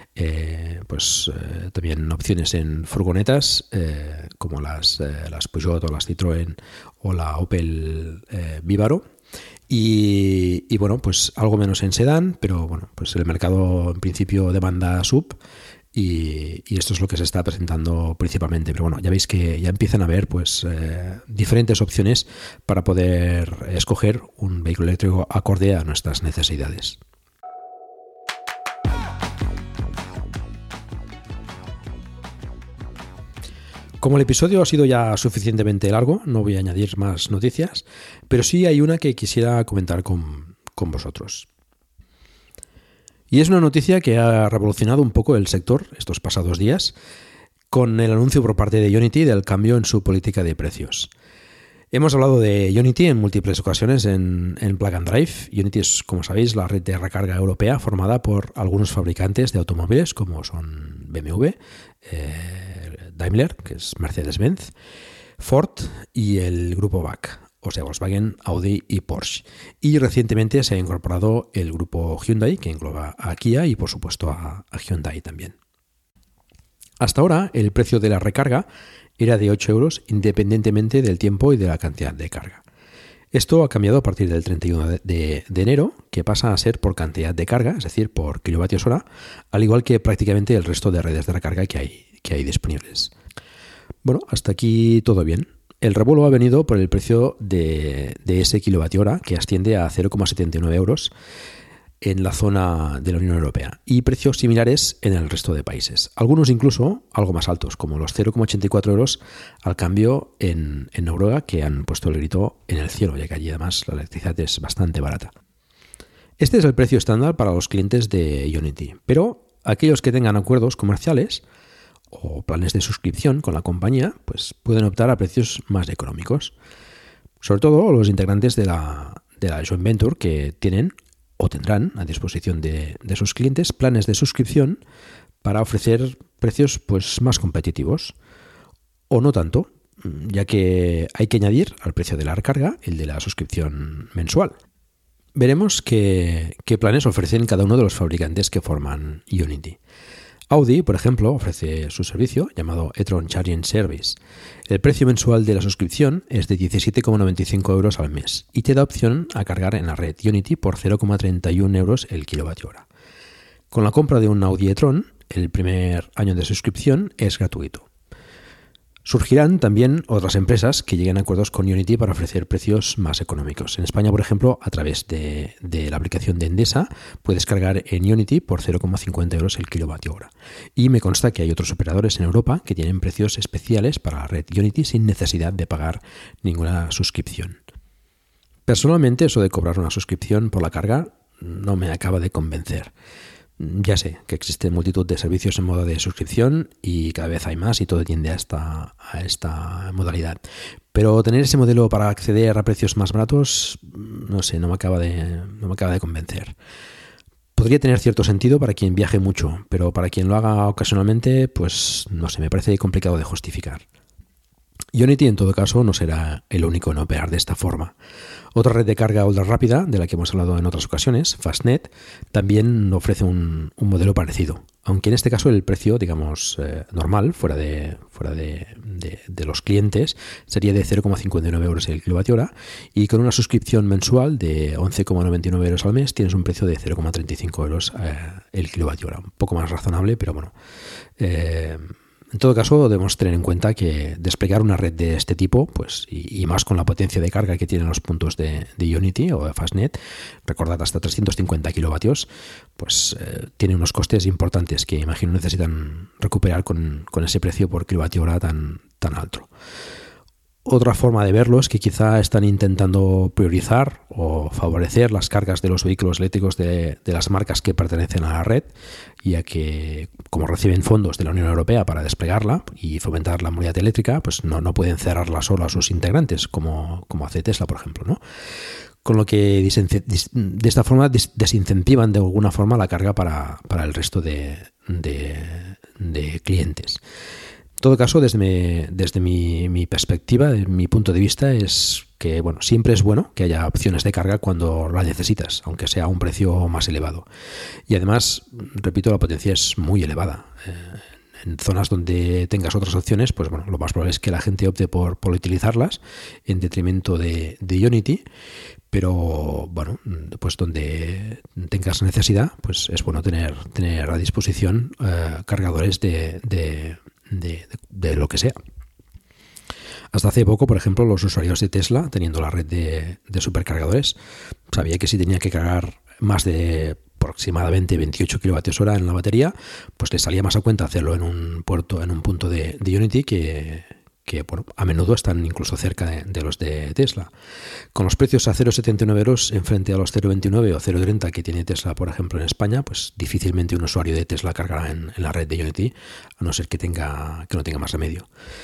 también opciones en furgonetas como las Peugeot o las Citroën o la Opel Vivaro. Y bueno, pues algo menos en sedán, pero bueno, pues el mercado en principio demanda sub y esto es lo que se está presentando principalmente. Pero bueno, ya veis que ya empiezan a haber pues diferentes opciones para poder escoger un vehículo eléctrico acorde a nuestras necesidades. Como el episodio ha sido ya suficientemente largo, no voy a añadir más noticias, pero sí hay una que quisiera comentar con vosotros. Y es una noticia que ha revolucionado un poco el sector estos pasados días, con el anuncio por parte de Ionity del cambio en su política de precios. Hemos hablado de Ionity en múltiples ocasiones en Plug and Drive. Ionity es, como sabéis, la red de recarga europea formada por algunos fabricantes de automóviles como son BMW, Daimler, que es Mercedes-Benz, Ford y el grupo BAC, o sea, Volkswagen, Audi y Porsche. Y recientemente se ha incorporado el grupo Hyundai, que engloba a Kia y por supuesto a Hyundai también. Hasta ahora el precio de la recarga era de 8 euros independientemente del tiempo y de la cantidad de carga. Esto ha cambiado a partir del 31 de enero, que pasa a ser por cantidad de carga, es decir, por kilovatios hora, al igual que prácticamente el resto de redes de recarga que hay disponibles. Bueno, hasta aquí todo bien. El revuelo ha venido por el precio de ese kilovatio hora, que asciende a 0,79 euros en la zona de la Unión Europea y precios similares en el resto de países. Algunos incluso algo más altos, como los 0,84 euros al cambio en Noruega, que han puesto el grito en el cielo, ya que allí además la electricidad es bastante barata. Este es el precio estándar para los clientes de Ionity, pero aquellos que tengan acuerdos comerciales o planes de suscripción con la compañía, pues pueden optar a precios más económicos. Sobre todo los integrantes de la joint venture que tienen o tendrán a disposición de sus clientes planes de suscripción para ofrecer precios pues más competitivos, o no tanto, ya que hay que añadir al precio de la recarga el de la suscripción mensual. Veremos qué planes ofrecen cada uno de los fabricantes que forman Ionity. Audi, por ejemplo, ofrece su servicio llamado e-tron Charging Service. El precio mensual de la suscripción es de 17,95 euros al mes y te da opción a cargar en la red Ionity por 0,31 euros el kilovatio-hora. Con la compra de un Audi e-tron, el primer año de suscripción es gratuito. Surgirán también otras empresas que lleguen a acuerdos con Ionity para ofrecer precios más económicos. En España, por ejemplo, a través de la aplicación de Endesa, puedes cargar en Ionity por 0,50 euros el kilovatio hora. Y me consta que hay otros operadores en Europa que tienen precios especiales para la red Ionity sin necesidad de pagar ninguna suscripción. Personalmente, eso de cobrar una suscripción por la carga no me acaba de convencer. Ya sé que existe multitud de servicios en modo de suscripción y cada vez hay más y todo tiende a esta modalidad. Pero tener ese modelo para acceder a precios más baratos, no sé, no me acaba de convencer. Podría tener cierto sentido para quien viaje mucho, pero para quien lo haga ocasionalmente, pues no sé, me parece complicado de justificar. Ionity, en todo caso, no será el único en operar de esta forma. Otra red de carga ultra rápida, de la que hemos hablado en otras ocasiones, Fastnet, también ofrece un modelo parecido. Aunque en este caso el precio, digamos, normal, fuera de los clientes, sería de 0,59 euros el kilovatio hora, y con una suscripción mensual de 11,99 euros al mes tienes un precio de 0,35 euros el kilovatio hora. Un poco más razonable, pero bueno. En todo caso, debemos tener en cuenta que desplegar una red de este tipo, pues y más con la potencia de carga que tienen los puntos de Ionity o de Fastnet, recordad hasta 350 kilovatios, pues tiene unos costes importantes que imagino necesitan recuperar con ese precio por kilovatio hora tan alto. Otra forma de verlo es que quizá están intentando priorizar o favorecer las cargas de los vehículos eléctricos de las marcas que pertenecen a la red, ya que como reciben fondos de la Unión Europea para desplegarla y fomentar la movilidad eléctrica, pues no pueden cerrarla solo a sus integrantes, como hace Tesla, por ejemplo, ¿no? Con lo que de esta forma desincentivan de alguna forma la carga para el resto de clientes. En todo caso, desde mi perspectiva, desde mi punto de vista, es que siempre es bueno que haya opciones de carga cuando la necesitas, aunque sea a un precio más elevado. Y además, repito, la potencia es muy elevada. En zonas donde tengas otras opciones, pues lo más probable es que la gente opte por utilizarlas en detrimento de Ionity. Pero pues donde tengas necesidad, pues es bueno tener a disposición cargadores de lo que sea. Hasta hace poco, por ejemplo, los usuarios de Tesla, teniendo la red de supercargadores, sabía que si tenía que cargar más de aproximadamente 28 kilovatios hora en la batería, pues les salía más a cuenta hacerlo en un punto de Ionity que a menudo están incluso cerca de los de Tesla. Con los precios a 0,79 euros en frente a los 0,29 o 0,30 que tiene Tesla, por ejemplo, en España, pues difícilmente un usuario de Tesla cargará en la red de Ionity, a no ser que no tenga más remedio.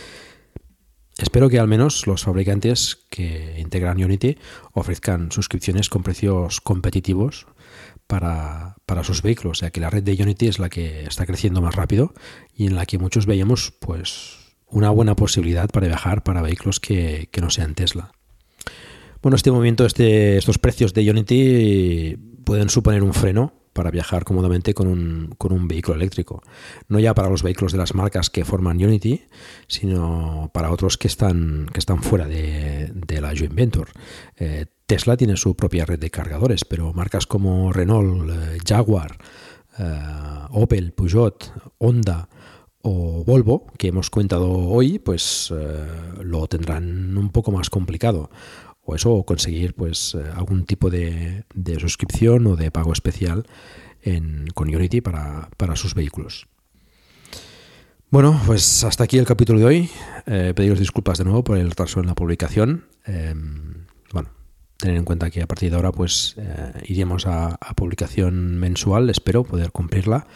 Espero que al menos los fabricantes que integran Ionity ofrezcan suscripciones con precios competitivos para sus vehículos, ya que la red de Ionity es la que está creciendo más rápido y en la que muchos veíamos pues una buena posibilidad para viajar para vehículos que no sean Tesla. Bueno, este movimiento, estos precios de Ionity pueden suponer un freno para viajar cómodamente con un vehículo eléctrico. No ya para los vehículos de las marcas que forman Ionity, sino para otros que están fuera de la joint venture. Tesla tiene su propia red de cargadores, pero marcas como Renault, Jaguar, Opel, Peugeot, Honda o Volvo, que hemos comentado hoy, pues lo tendrán un poco más complicado. O conseguir pues algún tipo de suscripción o de pago especial con Ionity para sus vehículos. Bueno, pues hasta aquí el capítulo de hoy. Pediros disculpas de nuevo por el retraso en la publicación. Tener en cuenta que a partir de ahora pues iremos a publicación mensual. Espero poder cumplirla.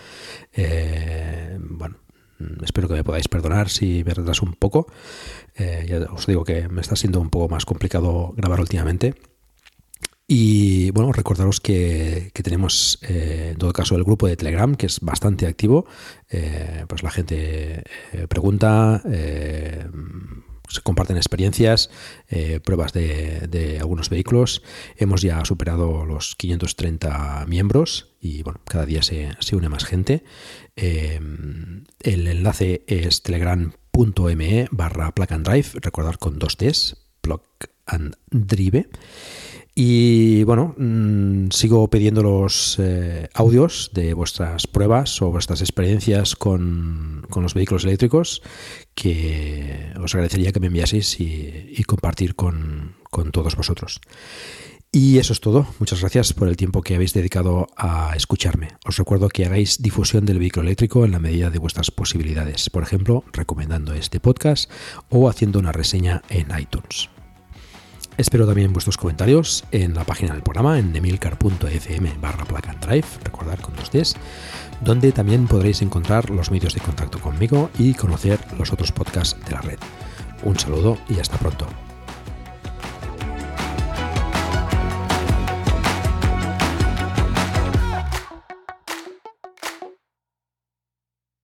Espero que me podáis perdonar si me retraso un poco. Ya os digo que me está siendo un poco más complicado grabar últimamente. Y bueno, recordaros que tenemos en todo caso el grupo de Telegram, que es bastante activo. Pues la gente pregunta, se comparten experiencias, pruebas de algunos vehículos. Hemos ya superado los 530 miembros y bueno, cada día se une más gente. El enlace es telegram.me/plug and drive, recordar con 2 Ts, plug and drive. Y bueno, sigo pidiendo los audios de vuestras pruebas o vuestras experiencias con los vehículos eléctricos, que os agradecería que me enviaseis y compartir con todos vosotros. Y eso es todo. Muchas gracias por el tiempo que habéis dedicado a escucharme. Os recuerdo que hagáis difusión del vehículo eléctrico en la medida de vuestras posibilidades. Por ejemplo, recomendando este podcast o haciendo una reseña en iTunes. Espero también vuestros comentarios en la página del programa, en emilcar.fm/plug and drive, recordar con 2 Ts, donde también podréis encontrar los medios de contacto conmigo y conocer los otros podcasts de la red. Un saludo y hasta pronto.